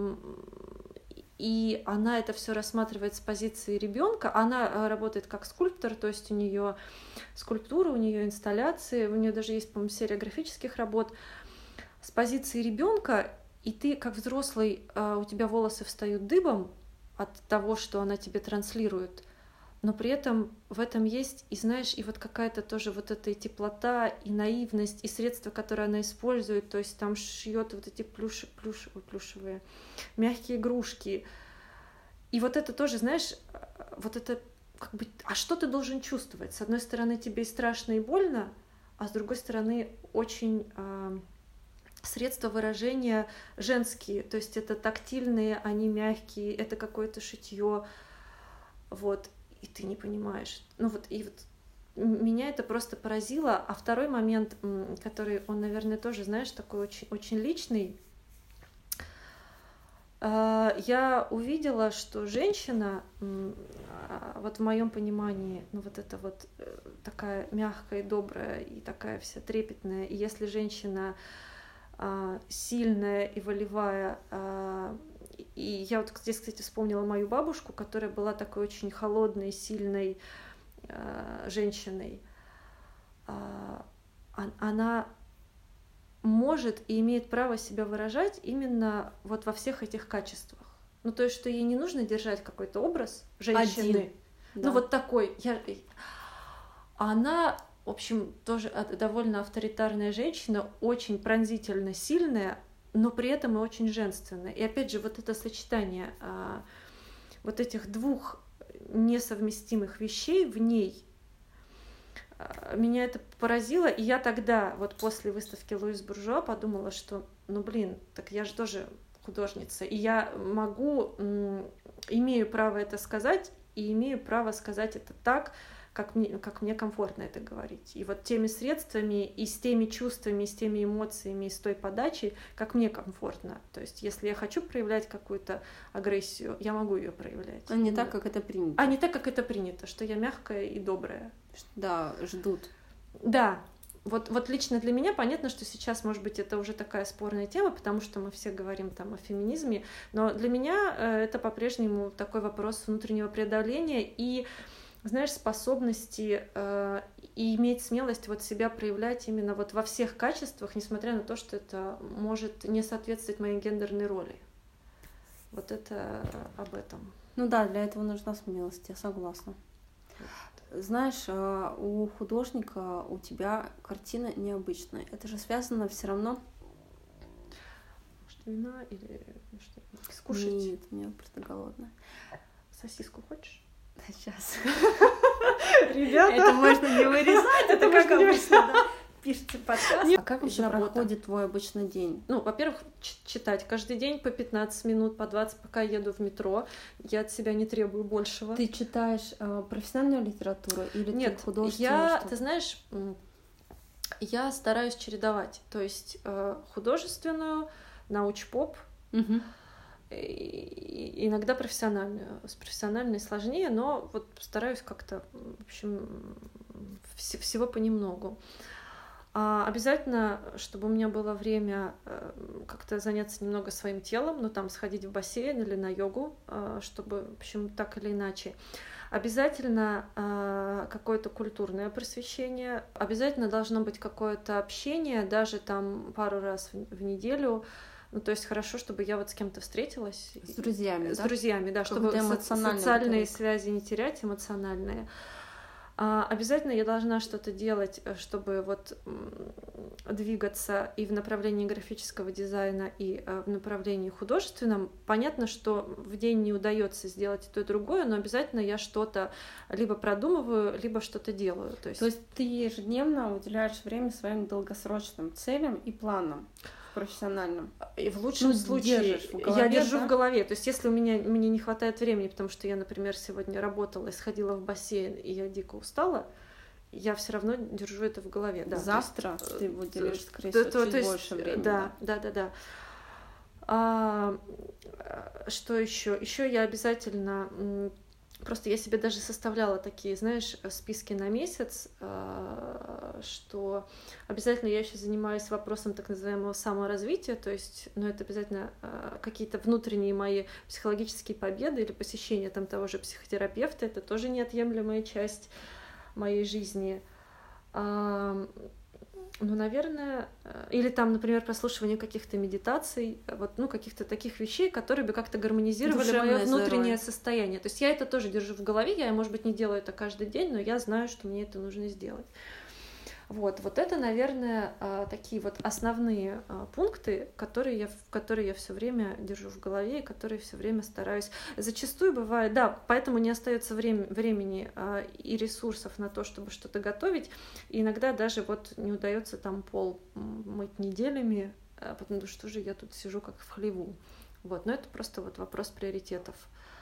и она это все рассматривает с позиции ребенка. Она работает как скульптор, то есть у нее скульптура, у нее инсталляции, у нее даже есть, по-моему, серия графических работ с позиции ребенка, и ты, как взрослый, у тебя волосы встают дыбом от того, что она тебе транслирует, но при этом в этом есть, и знаешь, и вот какая-то тоже вот эта и теплота, и наивность, и средства, которые она использует, то есть там шьет вот эти плюшевые мягкие игрушки. И вот это тоже, знаешь, вот это как бы, а что ты должен чувствовать? С одной стороны, тебе и страшно, и больно, а с другой стороны, очень средства выражения женские, то есть это тактильные, они мягкие, это какое-то шитье, вот, и ты не понимаешь. Ну вот, и вот меня это просто поразило. А второй момент, который, он, наверное, тоже, знаешь, такой очень, очень личный, я увидела, что женщина, вот в моем понимании, ну вот это вот такая мягкая, добрая и такая вся трепетная, и если женщина сильная и волевая, и я вот здесь, кстати, вспомнила мою бабушку, которая была такой очень холодной, сильной женщиной, она может и имеет право себя выражать именно вот во всех этих качествах. Ну, то есть, что ей не нужно держать какой-то образ женщины. Один. Да. Ну, вот такой. Она, в общем, тоже довольно авторитарная женщина, очень пронзительно сильная, но при этом и очень женственная. И опять же, вот это сочетание вот этих двух несовместимых вещей в ней, меня это поразило, и я тогда, вот после выставки Луис Буржуа, подумала, что, ну блин, так я же тоже художница, и я имею право это сказать, и имею право сказать это так, как мне комфортно это говорить. И вот теми средствами, и с теми чувствами, и с теми эмоциями, и с той подачей, как мне комфортно. То есть, если я хочу проявлять какую-то агрессию, я могу ее проявлять. А не так, как это принято. А не так, как это принято, что я мягкая и добрая. Да, ждут. Да. Вот лично для меня понятно, что сейчас, может быть, это уже такая спорная тема, потому что мы все говорим там о феминизме, но для меня это по-прежнему такой вопрос внутреннего преодоления и, знаешь, способности и иметь смелость вот себя проявлять именно вот во всех качествах, несмотря на то, что это может не соответствовать моей гендерной роли. Вот это об этом. Ну да, для этого нужна смелость, я согласна. Знаешь, у художника, у тебя картина необычная. Это же связано все равно... Может, вина или что? Скушать? Нет, я просто голодная. Сосиску хочешь? Да, сейчас. Ребята! Это можно не вырезать, это как обычно, да? Пишите подкаст. Нет, А как вообще проходит твой обычный день? Ну, во-первых, читать каждый день по 15 минут, по 20, пока еду в метро. Я от себя не требую большего. Ты читаешь профессиональную литературу или Нет, ты художественную? ты знаешь, я стараюсь чередовать. То есть художественную, науч-поп, и иногда профессиональную. С профессиональной сложнее, но вот стараюсь как-то, в общем, всего понемногу. Обязательно, чтобы у меня было время как-то заняться немного своим телом, ну там сходить в бассейн или на йогу, чтобы, в общем, так или иначе. Обязательно какое-то культурное просвещение, обязательно должно быть какое-то общение, даже там пару раз в неделю. Ну, то есть хорошо, чтобы я вот с кем-то встретилась. С друзьями, да? С друзьями, да, чтобы социальные связи не терять, эмоциональные. Обязательно я должна что-то делать, чтобы вот двигаться и в направлении графического дизайна, и в направлении художественном. Понятно, что в день не удается сделать и то, и другое, но обязательно я что-то либо продумываю, либо что-то делаю. То есть ты ежедневно уделяешь время своим долгосрочным целям и планам профессиональным? И в лучшем случае я держу в голове. То есть если мне не хватает времени, потому что я, например, сегодня работала и сходила в бассейн, и я дико устала, я все равно держу это в голове. Да, завтра ты уделишь, скорее всего, чуть больше времени. Да. Что еще? Еще я обязательно... Просто я себе даже составляла такие, знаешь, списки на месяц, что обязательно я еще занимаюсь вопросом так называемого саморазвития, то есть, ну, это обязательно какие-то внутренние мои психологические победы или посещение там того же психотерапевта, это тоже неотъемлемая часть моей жизни. Ну, наверное, или там, например, прослушивание каких-то медитаций, вот, ну, каких-то таких вещей, которые бы как-то гармонизировали мое внутреннее состояние. То есть я это тоже держу в голове, я, может быть, не делаю это каждый день, но я знаю, что мне это нужно сделать. Вот это, наверное, такие вот основные пункты, которые я все время держу в голове и которые все время стараюсь. Зачастую бывает, да, поэтому не остается времени и ресурсов на то, чтобы что-то готовить. И иногда даже вот не удается там пол мыть неделями, потому что же я тут сижу как в хлеву. Вот, но это просто вот вопрос приоритетов.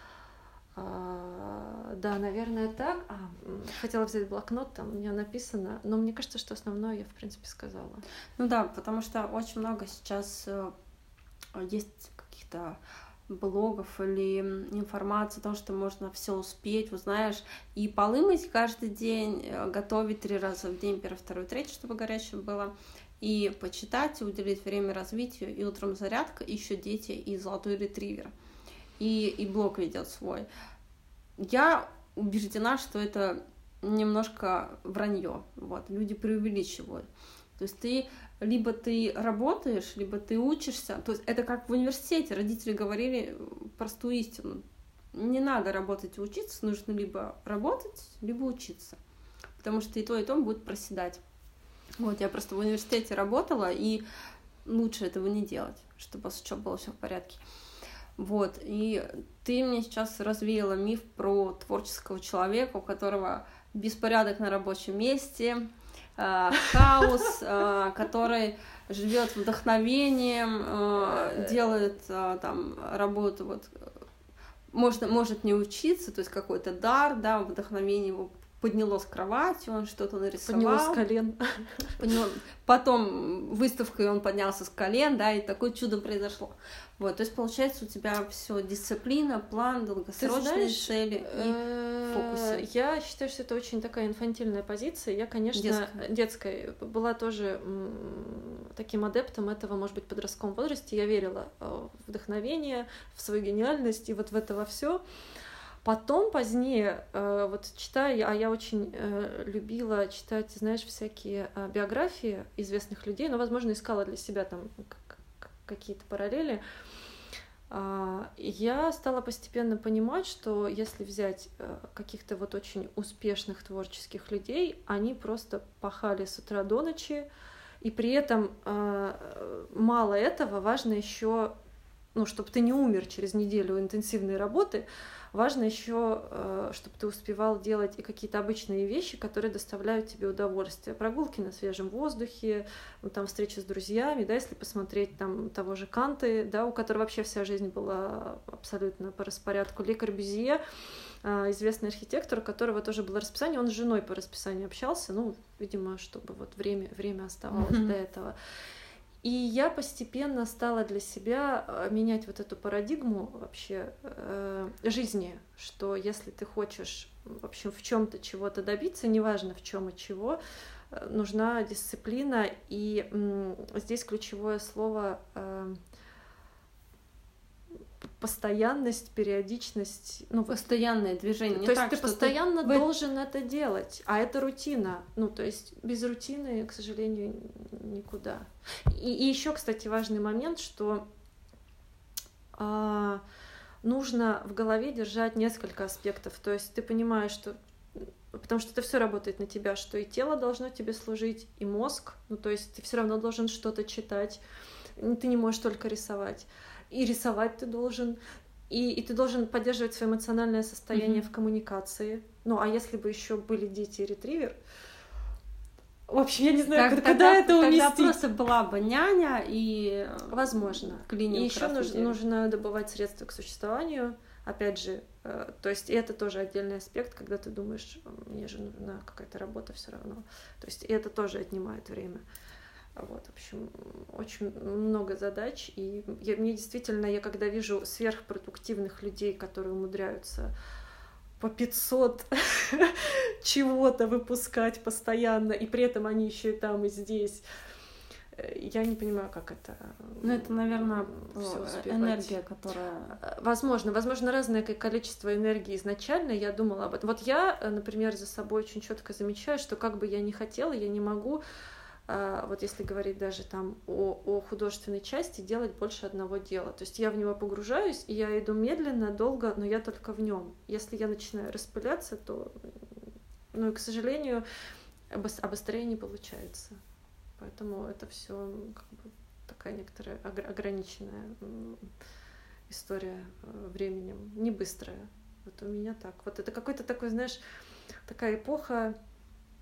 Да, наверное, так. Хотела взять блокнот, там у меня написано, но мне кажется, что основное я, в принципе, сказала. Ну да, потому что очень много сейчас есть каких-то блогов или информации о том, что можно все успеть, вот знаешь, и полы мыть каждый день, готовить 3 раза в день, первый, второй, третий, чтобы горячее было, и почитать, и уделить время развитию, и утром зарядка, и еще дети, и золотой ретривер, и блог ведет свой. Я убеждена, что это немножко вранье, вот, люди преувеличивают. То есть либо ты работаешь, либо ты учишься. То есть это как в университете. Родители говорили простую истину. Не надо работать и учиться, нужно либо работать, либо учиться. Потому что и то будет проседать. Вот, я просто в университете работала, и лучше этого не делать, чтобы с учебой было все в порядке. Вот, и ты мне сейчас развеяла миф про творческого человека, у которого беспорядок на рабочем месте, хаос, который живет вдохновением, делает там работу, вот, может не учиться, то есть какой-то дар, да, вдохновение его подняло с кровати, он что-то нарисовал. Поднялось с колен. Потом выставкой он поднялся с колен, да, и такое чудо произошло. Вот, то есть, получается, у тебя все дисциплина, план, долгосрочные цели и фокусы. Я считаю, что это очень такая инфантильная позиция. Я, конечно, детская была тоже таким адептом этого, может быть, в подростковом возрасте. Я верила в вдохновение, в свою гениальность и вот в это во все. Потом, позднее, вот читая, а я очень любила читать, знаешь, всякие биографии известных людей, но, возможно, искала для себя там какие-то параллели, я стала постепенно понимать, что если взять каких-то вот очень успешных творческих людей, они просто пахали с утра до ночи, и при этом мало этого, важно еще, ну, чтобы ты не умер через неделю интенсивной работы, важно еще, чтобы ты успевал делать и какие-то обычные вещи, которые доставляют тебе удовольствие. Прогулки на свежем воздухе, ну, там встречи с друзьями, да, если посмотреть там того же Канты, да, у которого вообще вся жизнь была абсолютно по распорядку. Ле Корбюзье, известный архитектор, у которого тоже было расписание, он с женой по расписанию общался, ну, видимо, чтобы вот время оставалось до этого. И я постепенно стала для себя менять вот эту парадигму вообще жизни, что если ты хочешь, в общем, в чем-то чего-то добиться, неважно в чем и чего, нужна дисциплина, и здесь ключевое слово постоянность, периодичность, ну, постоянное движение. То есть ты постоянно должен это делать, а это рутина. Ну, то есть без рутины, к сожалению, никуда. И еще, кстати, важный момент, что нужно в голове держать несколько аспектов. То есть ты понимаешь, что потому что это все работает на тебя, что и тело должно тебе служить, и мозг. Ну, то есть ты все равно должен что-то читать. Ты не можешь только рисовать. И рисовать ты должен, и ты должен поддерживать свое эмоциональное состояние в коммуникации. Ну, а если бы еще были дети и ретривер, вообще, я не знаю, куда это уместить. Тогда просто была бы няня и... Возможно. И еще нужно добывать средства к существованию. Опять же, то есть это тоже отдельный аспект, когда ты думаешь, мне же нужна какая-то работа все равно. То есть и это тоже отнимает время. Вот, в общем, очень много задач, и мне действительно, я когда вижу сверхпродуктивных людей, которые умудряются по 500 чего-то выпускать постоянно, и при этом они еще и там, и здесь, я не понимаю, как это... Ну, это, наверное, энергия, которая... Возможно, разное количество энергии изначально, я думала об этом. Вот я, например, за собой очень четко замечаю, что как бы я ни хотела, я не могу... Вот если говорить даже там о художественной части, делать больше одного дела. То есть я в него погружаюсь, и я иду медленно, долго, но я только в нем. Если я начинаю распыляться, то, ну и, к сожалению, быстрее не получается. Поэтому это все как бы такая некоторая ограниченная история временем, не быстрая. Вот у меня так. Вот это какой-то такой, знаешь, такая эпоха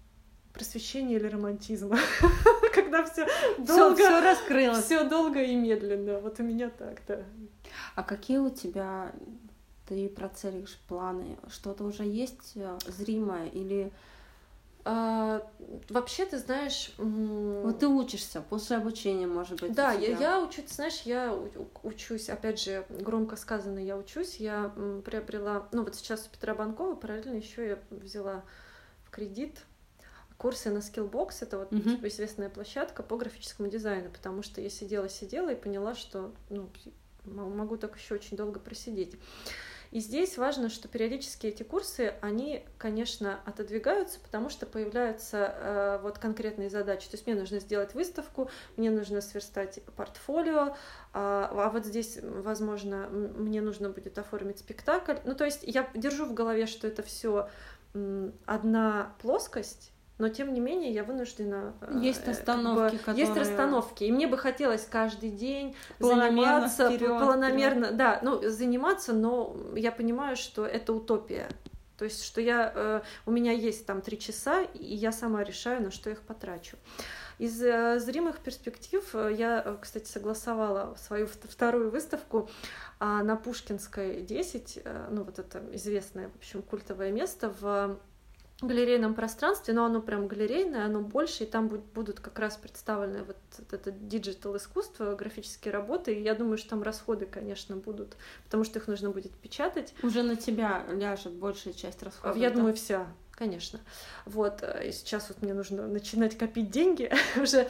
просвещения или романтизма, когда все долго раскрылось, все долго и медленно. Вот у меня так, да. А какие у тебя, ты процелишь планы? Что-то уже есть зримое или... Вообще, ты знаешь... Вот ты учишься после обучения, может быть. Да, я учусь, знаешь, я учусь, опять же, громко сказано, я учусь, я приобрела, ну вот сейчас у Петра Банкова, параллельно еще я взяла в кредит курсы на Skillbox, это вот известная площадка по графическому дизайну, потому что я сидела и поняла, что могу так еще очень долго просидеть. И здесь важно, что периодически эти курсы, они, конечно, отодвигаются, потому что появляются вот конкретные задачи. То есть мне нужно сделать выставку, мне нужно сверстать портфолио, а вот здесь, возможно, мне нужно будет оформить спектакль. Ну, то есть я держу в голове, что это все одна плоскость, но тем не менее я вынуждена... Есть расстановки, которые... Есть расстановки, и мне бы хотелось каждый день заниматься планомерно, да, заниматься, но я понимаю, что это утопия. То есть, что у меня есть там 3 часа, и я сама решаю, на что их потрачу. Из зримых перспектив я, кстати, согласовала свою вторую выставку на Пушкинской 10, вот это известное, в общем, культовое место в галерейном пространстве, но оно прям галерейное, оно больше, и там будут как раз представлены вот это диджитал искусство, графические работы, и я думаю, что там расходы, конечно, будут, потому что их нужно будет печатать. Уже на тебя ляжет большая часть расходов. Я думаю, вся, конечно. Вот, и сейчас вот мне нужно начинать копить деньги уже.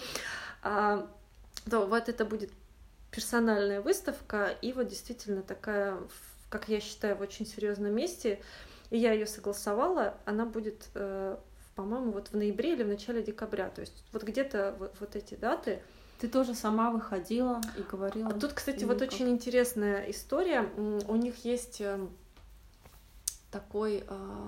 Вот это будет персональная выставка, и вот действительно такая, как я считаю, в очень серьезном месте. И я ее согласовала, она будет, по-моему, вот в ноябре или в начале декабря. То есть вот где-то вот эти даты. Ты тоже сама выходила и говорила? Тут, кстати, вот очень интересная история. У них есть такой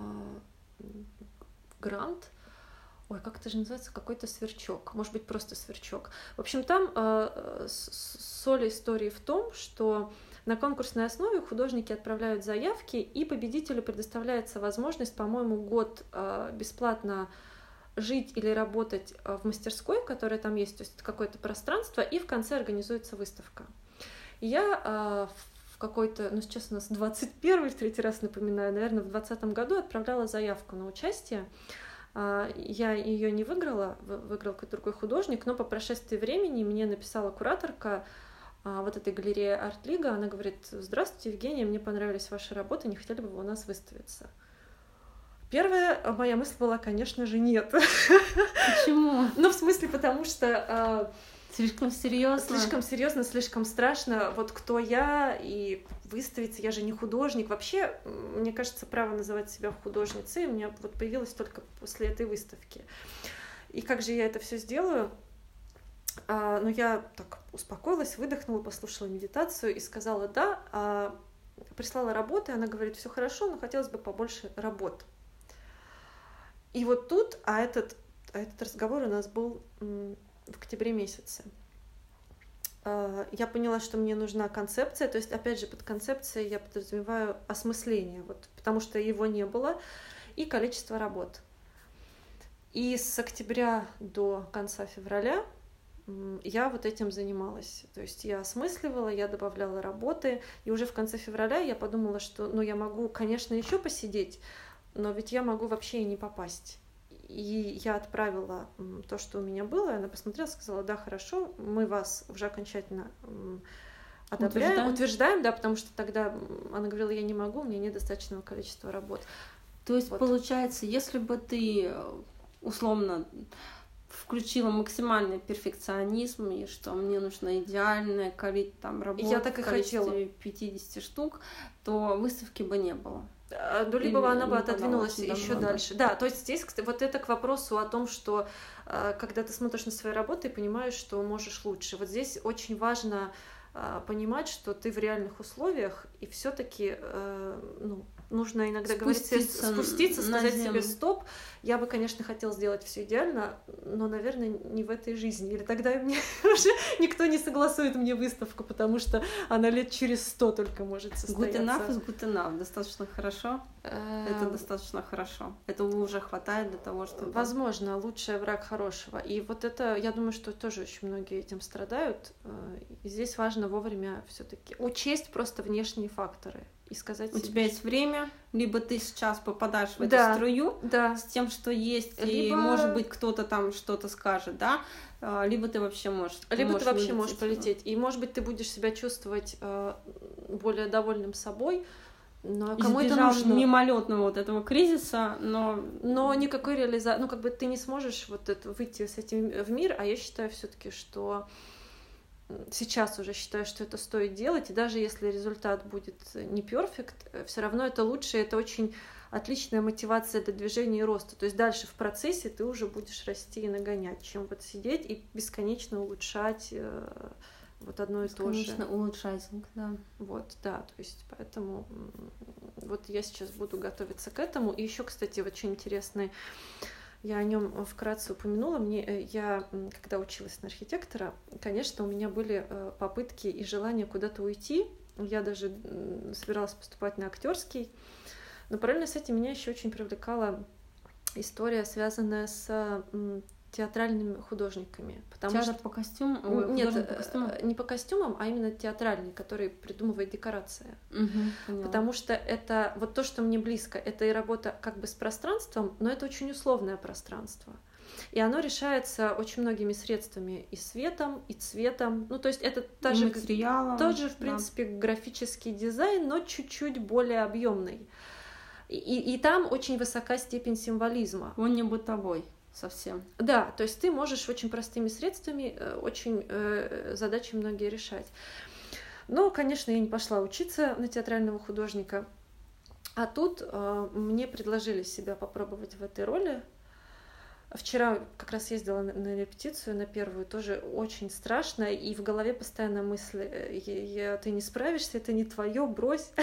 грант. Ой, как это же называется? Какой-то сверчок. Может быть, просто сверчок. В общем, там соль истории в том, что на конкурсной основе художники отправляют заявки, и победителю предоставляется возможность, по-моему, год бесплатно жить или работать в мастерской, которая там есть, то есть это какое-то пространство, и в конце организуется выставка. И я в какой-то, сейчас у нас 21-й, в третий раз напоминаю, наверное, в 2020 году отправляла заявку на участие. Я ее не выиграла, выиграл какой-то другой художник, но по прошествии времени мне написала кураторка вот этой галереи Арт-Лига, она говорит: здравствуйте, Евгения, мне понравились ваши работы, не хотели бы вы у нас выставиться? Первая моя мысль была, конечно же, нет. Почему? В смысле, потому что... Слишком серьезно. Слишком серьезно, слишком страшно. Вот кто я, и выставиться, я же не художник. Вообще, мне кажется, право называть себя художницей у меня вот появилось только после этой выставки. И как же я это все сделаю? Но я так успокоилась, выдохнула, послушала медитацию и сказала да. Прислала работы, она говорит: все хорошо, но хотелось бы побольше работ. И вот тут, этот разговор у нас был в октябре месяце. Я поняла, что мне нужна концепция, то есть, опять же, под концепцией я подразумеваю осмысление, потому что его не было, и количество работ. И с октября до конца февраля я вот этим занималась. То есть я осмысливала, я добавляла работы, и уже в конце февраля я подумала, что я могу, конечно, еще посидеть, но ведь я могу вообще и не попасть. И я отправила то, что у меня было, и она посмотрела, сказала: да, хорошо, мы вас уже окончательно утверждаем, да, потому что тогда она говорила: я не могу, у меня нет достаточного количества работ. То есть, получается, если бы ты условно включила максимальный перфекционизм, и что мне нужно идеальное количество работ, я так и хотела. 50 штук, то выставки бы не было. Либо она бы отодвинулась еще дальше. Да, то есть здесь вот это к вопросу о том, что когда ты смотришь на свои работы и понимаешь, что можешь лучше. Вот здесь очень важно понимать, что ты в реальных условиях, и все-таки нужно иногда говорить себе, спуститься, сказать себе стоп. Я бы, конечно, хотела сделать все идеально, но, наверное, не в этой жизни. Или тогда мне уже никто не согласует мне выставку, потому что она лет через 100 только может состояться. Good enough is good enough. Достаточно хорошо. Это достаточно хорошо. Этого уже хватает для того, чтобы... Возможно, лучший враг хорошего. И вот это, я думаю, что тоже очень многие этим страдают. И здесь важно вовремя все-таки учесть просто внешние факторы и сказать у себе, тебя есть время, либо ты сейчас попадаешь в эту да, струю да. с тем, что есть, либо... и, может быть, кто-то там что-то скажет, да, либо ты вообще можешь... Либо ты вообще можешь полететь. И, может быть, ты будешь себя чувствовать более довольным собой, но кому это нужно? Мимолетного вот этого кризиса, но никакой реализации, ну как бы ты не сможешь вот это выйти с этим в мир, а я считаю все-таки, что сейчас уже считаю, что это стоит делать, и даже если результат будет не перфект, все равно это лучше, это очень отличная мотивация для движения и роста. То есть дальше в процессе ты уже будешь расти и нагонять, чем вот сидеть и бесконечно улучшать вот одно и то же. Конечно, улучшайзинг, да. Вот, да, то есть поэтому вот я сейчас буду готовиться к этому. И еще, кстати, вот очень интересное, я о нем вкратце упомянула. Я, когда училась на архитектора, конечно, у меня были попытки и желание куда-то уйти. Я даже собиралась поступать на актерский. Но параллельно с этим меня еще очень привлекала история, связанная с театральными художниками. Театр по костюмам? Нет, не по костюмам, а именно театральный, который придумывает декорации. Потому что это вот то, что мне близко, это и работа как бы с пространством, но это очень условное пространство. И оно решается очень многими средствами, и светом, и цветом. Ну, то есть это тоже тот же, в принципе, графический дизайн, но чуть-чуть более объемный. И там очень высока степень символизма. Он не бытовой. Совсем. Да, то есть ты можешь очень простыми средствами очень задачи многие решать. Но, конечно, я не пошла учиться на театрального художника. А тут мне предложили себя попробовать в этой роли. Вчера как раз ездила на репетицию, на первую, тоже очень страшно, и в голове постоянно мысли: ты не справишься, это не твое, брось.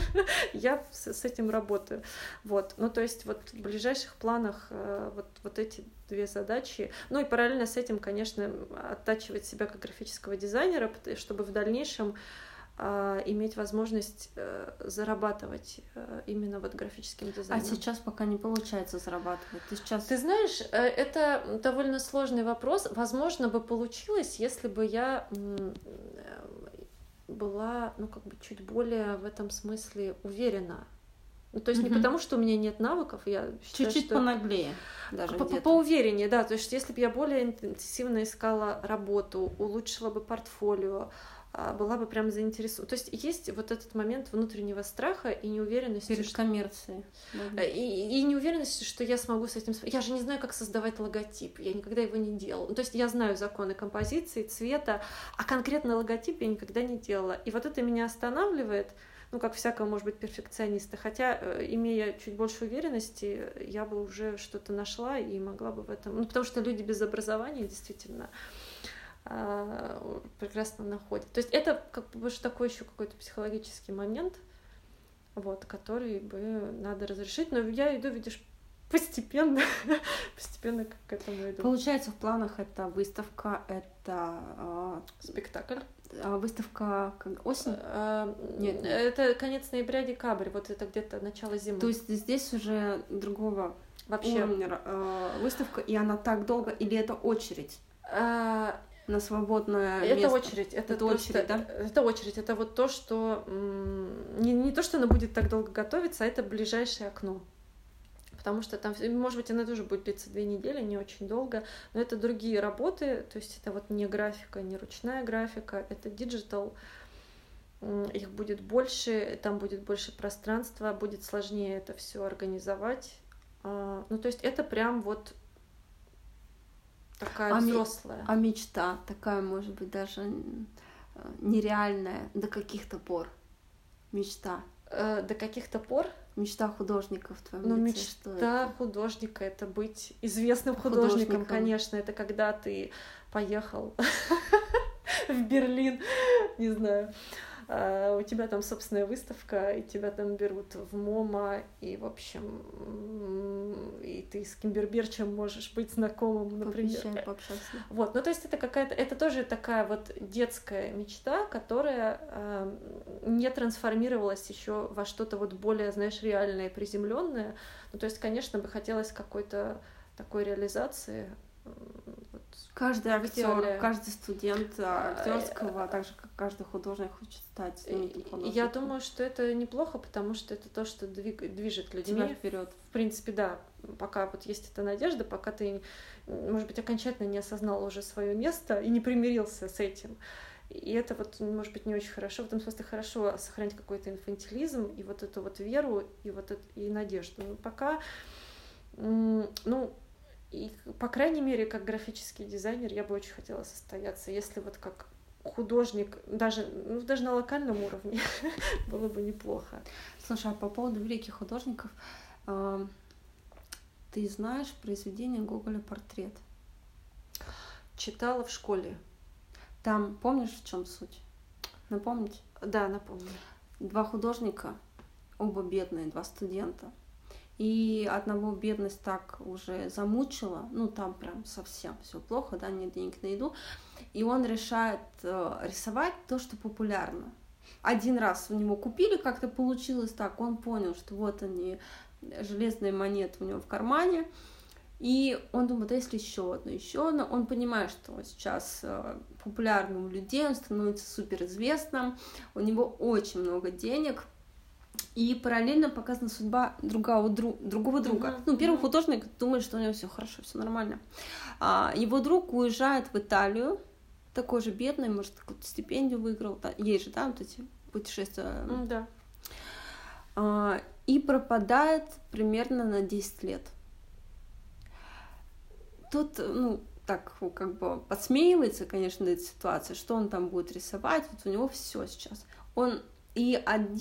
Я с этим работаю. Вот. Ну, то есть вот в ближайших планах вот эти две задачи. Ну и параллельно с этим, конечно, оттачивать себя как графического дизайнера, чтобы в дальнейшем иметь возможность зарабатывать именно вот графическим дизайном. А сейчас пока не получается зарабатывать. Ты знаешь, это довольно сложный вопрос. Возможно, бы получилось, если бы я была, ну, как бы чуть более в этом смысле уверена. Ну, то есть не потому, что у меня нет навыков, я считаю, чуть-чуть что... понаглее даже поувереннее, да. То есть если бы я более интенсивно искала работу, улучшила бы портфолио, была бы прям заинтересована. То есть есть вот этот момент внутреннего страха и неуверенности. Перед коммерцией. И неуверенности, что я смогу с этим... Я же не знаю, как создавать логотип. Я никогда его не делала. То есть я знаю законы композиции, цвета, а конкретно логотип я никогда не делала. И вот это меня останавливает, ну, как всякого, может быть, перфекциониста. Хотя, имея чуть больше уверенности, я бы уже что-то нашла и могла бы в этом... Ну, потому что люди без образования действительно прекрасно находят. То есть это как бы такой еще какой-то психологический момент, вот, который бы надо разрешить. Но я иду, видишь, постепенно к этому иду. Получается, в планах это выставка, это спектакль. Выставка осень? Нет, это конец ноября-декабрь, вот это где-то начало зимы. То есть здесь уже другого вообще уровня выставка, и она так долго, или это очередь? На свободное это место. Очередь. Это просто, очередь, да? Это очередь. Это вот то, что... Не то, что она будет так долго готовиться, а это ближайшее окно. Потому что там, может быть, она тоже будет длиться 2 недели, не очень долго, но это другие работы, то есть это вот не графика, не ручная графика, это диджитал, их будет больше, там будет больше пространства, будет сложнее это все организовать. Ну, то есть это прям вот такая взрослая. А мечта такая, может быть, даже нереальная до каких-то пор? Мечта. До каких-то пор? Мечта художника в твоем лице. Мечта художника — это быть известным художником, конечно. Это когда ты поехал в Берлин, не знаю, у тебя там собственная выставка, и тебя там берут в МОМА, и, в общем, и ты с Кимберберчем можешь быть знакомым, например. Пообщаться. Вот, ну то есть это какая-то, это тоже такая вот детская мечта, которая не трансформировалась еще во что-то вот более, знаешь, реальное и приземленное. Ну то есть, конечно, бы хотелось какой-то такой реализации. Вот, каждый актер, каждый студент актерского, так же как каждый художник хочет стать знаменитым художником. Я думаю, что это неплохо, потому что это то, что движет людьми вперед. В принципе, да. Пока вот есть эта надежда, пока ты, может быть, окончательно не осознал уже свое место и не примирился с этим. И это вот, может быть, не очень хорошо. В этом смысле хорошо сохранить какой-то инфантилизм и вот эту вот веру и вот это, и надежду. Но пока, и, по крайней мере, как графический дизайнер, я бы очень хотела состояться, если вот как художник, даже на локальном уровне, было бы неплохо. Слушай, а по поводу великих художников, ты знаешь произведение Гоголя «Портрет»? Читала в школе. Там, помнишь, в чем суть? Напомнить? Да, напомню. 2 художника, оба бедные, 2 студента. И одного бедность так уже замучила, там прям совсем все плохо, да, нет денег на еду. И он решает рисовать то, что популярно. Один раз у него купили, как-то получилось так, он понял, что вот они, железные монеты у него в кармане. И он думает, а если еще одно, он понимает, что сейчас популярный у людей, он становится суперизвестным, у него очень много денег. И параллельно показана судьба другого друга. Первый художник думает, что у него все хорошо, все нормально. Его друг уезжает в Италию, такой же бедный, может, какую-то стипендию выиграл. Есть же, да, вот эти путешествия. Да. И пропадает примерно на 10 лет. Тут, так как бы подсмеивается, конечно, эта ситуация, что он там будет рисовать, вот у него все сейчас. И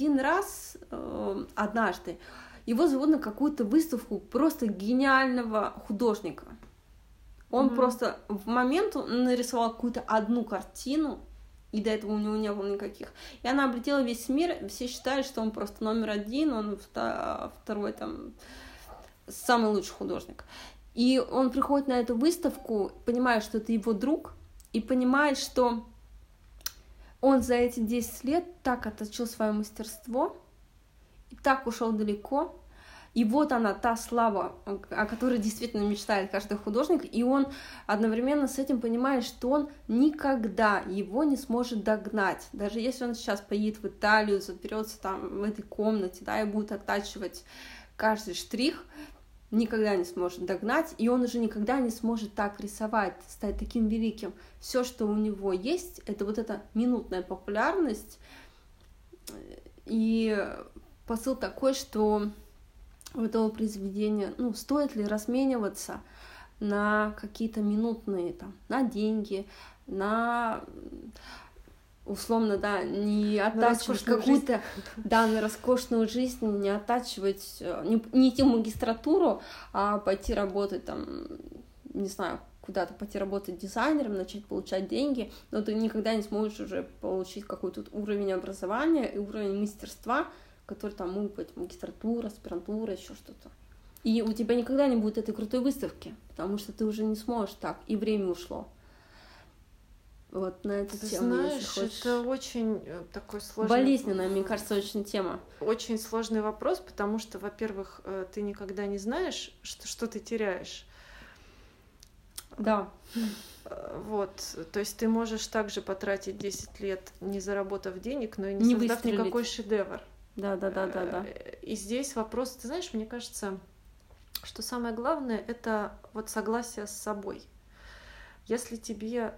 однажды, его зовут на какую-то выставку просто гениального художника. Он просто в момент нарисовал какую-то одну картину, и до этого у него не было никаких. И она облетела весь мир, все считают, что он просто номер 1, он второй там самый лучший художник. И он приходит на эту выставку, понимает, что это его друг, и понимает, что он за эти 10 лет так отточил свое мастерство, и так ушел далеко. И вот она, та слава, о которой действительно мечтает каждый художник, и он одновременно с этим понимает, что он никогда его не сможет догнать. Даже если он сейчас поедет в Италию, заперется там в этой комнате, да, и будет оттачивать каждый штрих, никогда не сможет догнать, и он уже никогда не сможет так рисовать, стать таким великим. Все, что у него есть, это вот эта минутная популярность, и посыл такой, что у этого произведения, стоит ли размениваться на какие-то минутные, на деньги, на условно, да, не оттачивать какую-то, на роскошную жизнь, не оттачивать, не идти в магистратуру, а пойти работать не знаю, куда-то пойти работать дизайнером, начать получать деньги, но ты никогда не сможешь уже получить какой-то уровень образования и уровень мастерства, который там может быть магистратура, аспирантура, еще что-то. И у тебя никогда не будет этой крутой выставки, потому что ты уже не сможешь так, и время ушло. Вот на эту тему. Знаешь, это очень такой сложный... Болезненная, мне кажется, очень тема. Очень сложный вопрос, потому что, во-первых, ты никогда не знаешь, что ты теряешь. Да. Вот, то есть ты можешь также потратить 10 лет, не заработав денег, но и не создав никакой шедевр. Да. И здесь вопрос, ты знаешь, мне кажется, что самое главное — это вот согласие с собой. Если тебе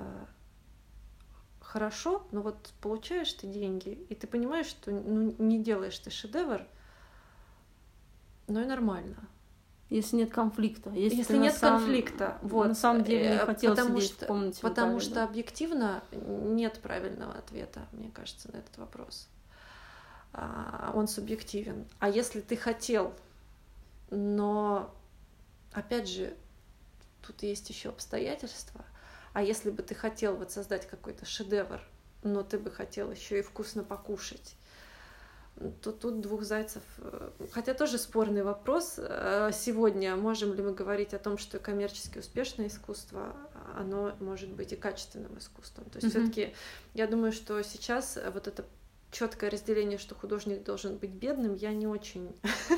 хорошо, но вот получаешь ты деньги, и ты понимаешь, что не делаешь ты шедевр, но и нормально. Если нет конфликта. Если нет конфликта. Вот. На самом деле не хотелось сидеть в комнате. Потому что объективно нет правильного ответа, мне кажется, на этот вопрос. Он субъективен. А если ты хотел, но, опять же, тут есть еще обстоятельства, а если бы ты хотел вот создать какой-то шедевр, но ты бы хотел еще и вкусно покушать. То тут двух зайцев... Хотя тоже спорный вопрос. Сегодня можем ли мы говорить о том, что коммерчески успешное искусство, оно может быть и качественным искусством. То есть все-таки я думаю, что сейчас вот это четкое разделение, что художник должен быть бедным, я не очень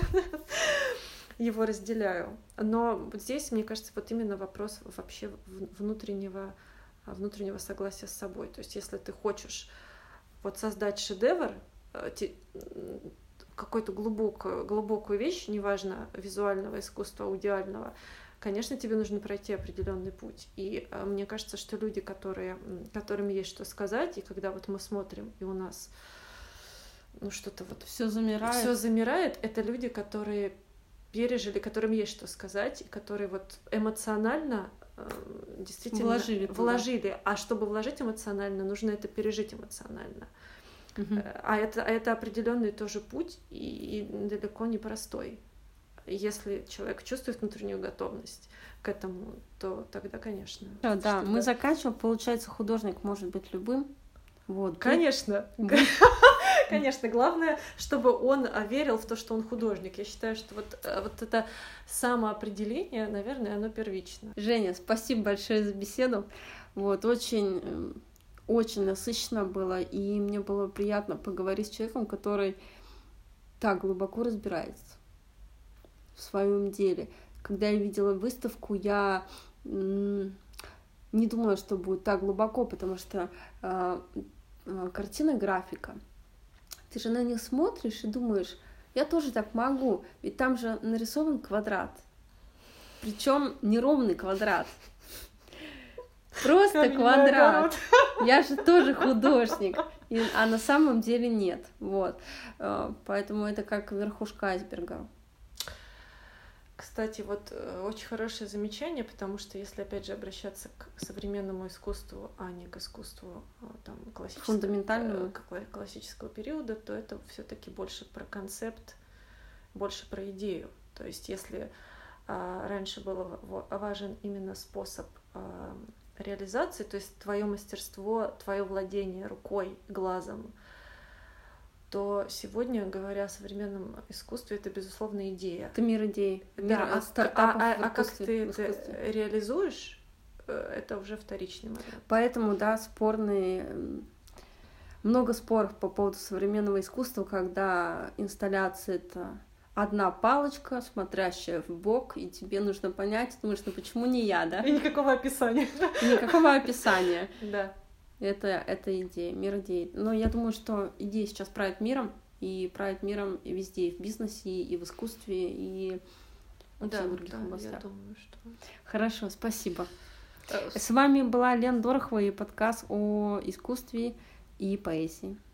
его разделяю. Но вот здесь, мне кажется, вот именно вопрос вообще внутреннего согласия с собой. То есть если ты хочешь вот создать шедевр, какую-то глубокую вещь, неважно, визуального искусства, аудиального, конечно, тебе нужно пройти определенный путь. И мне кажется, что люди, которым есть что сказать, и когда вот мы смотрим, и у нас что-то вот все замирает, это люди, которые пережили, которым есть что сказать, и которые вот эмоционально действительно вложили. А чтобы вложить эмоционально, нужно это пережить эмоционально. А это определенный тоже путь и далеко не простой. Если человек чувствует внутреннюю готовность к этому, то тогда, конечно. Да, мы заканчиваем. Получается, художник может быть любым. Вот. Конечно. Конечно, главное, чтобы он верил в то, что он художник. Я считаю, что вот это самоопределение, наверное, оно первично. Женя, спасибо большое за беседу. Вот, очень насыщенно было, и мне было приятно поговорить с человеком, который так глубоко разбирается в своем деле. Когда я видела выставку, я не думала, что будет так глубоко, потому что картина, графика, ты же на них смотришь и думаешь, я тоже так могу, ведь там же нарисован квадрат, причем неровный квадрат. Просто квадрат. Я же тоже художник. А на самом деле нет. Вот. Поэтому это как верхушка айсберга. Кстати, вот очень хорошее замечание, потому что если, опять же, обращаться к современному искусству, а не к искусству там, классического периода, то это все-таки больше про концепт, больше про идею. То есть если раньше был важен именно способ реализации, то есть твое мастерство, твое владение рукой, глазом, то сегодня, говоря о современном искусстве, это, безусловно, идея. Это мир идей. Да, как ты это реализуешь, это уже вторичный момент. Поэтому, да, много споров по поводу современного искусства, когда инсталляция — это одна палочка, смотрящая в бок, и тебе нужно понять, думаешь, почему не я, да? И никакого описания. Никакого описания. Да. Это идея, мир идей. Но я думаю, что идеи сейчас правят миром, и правят миром и везде, и в бизнесе, и в искусстве, и во всех других областях. Я думаю, что... Хорошо, спасибо. С вами была Лена Дорохова и подкаст о искусстве и поэзии.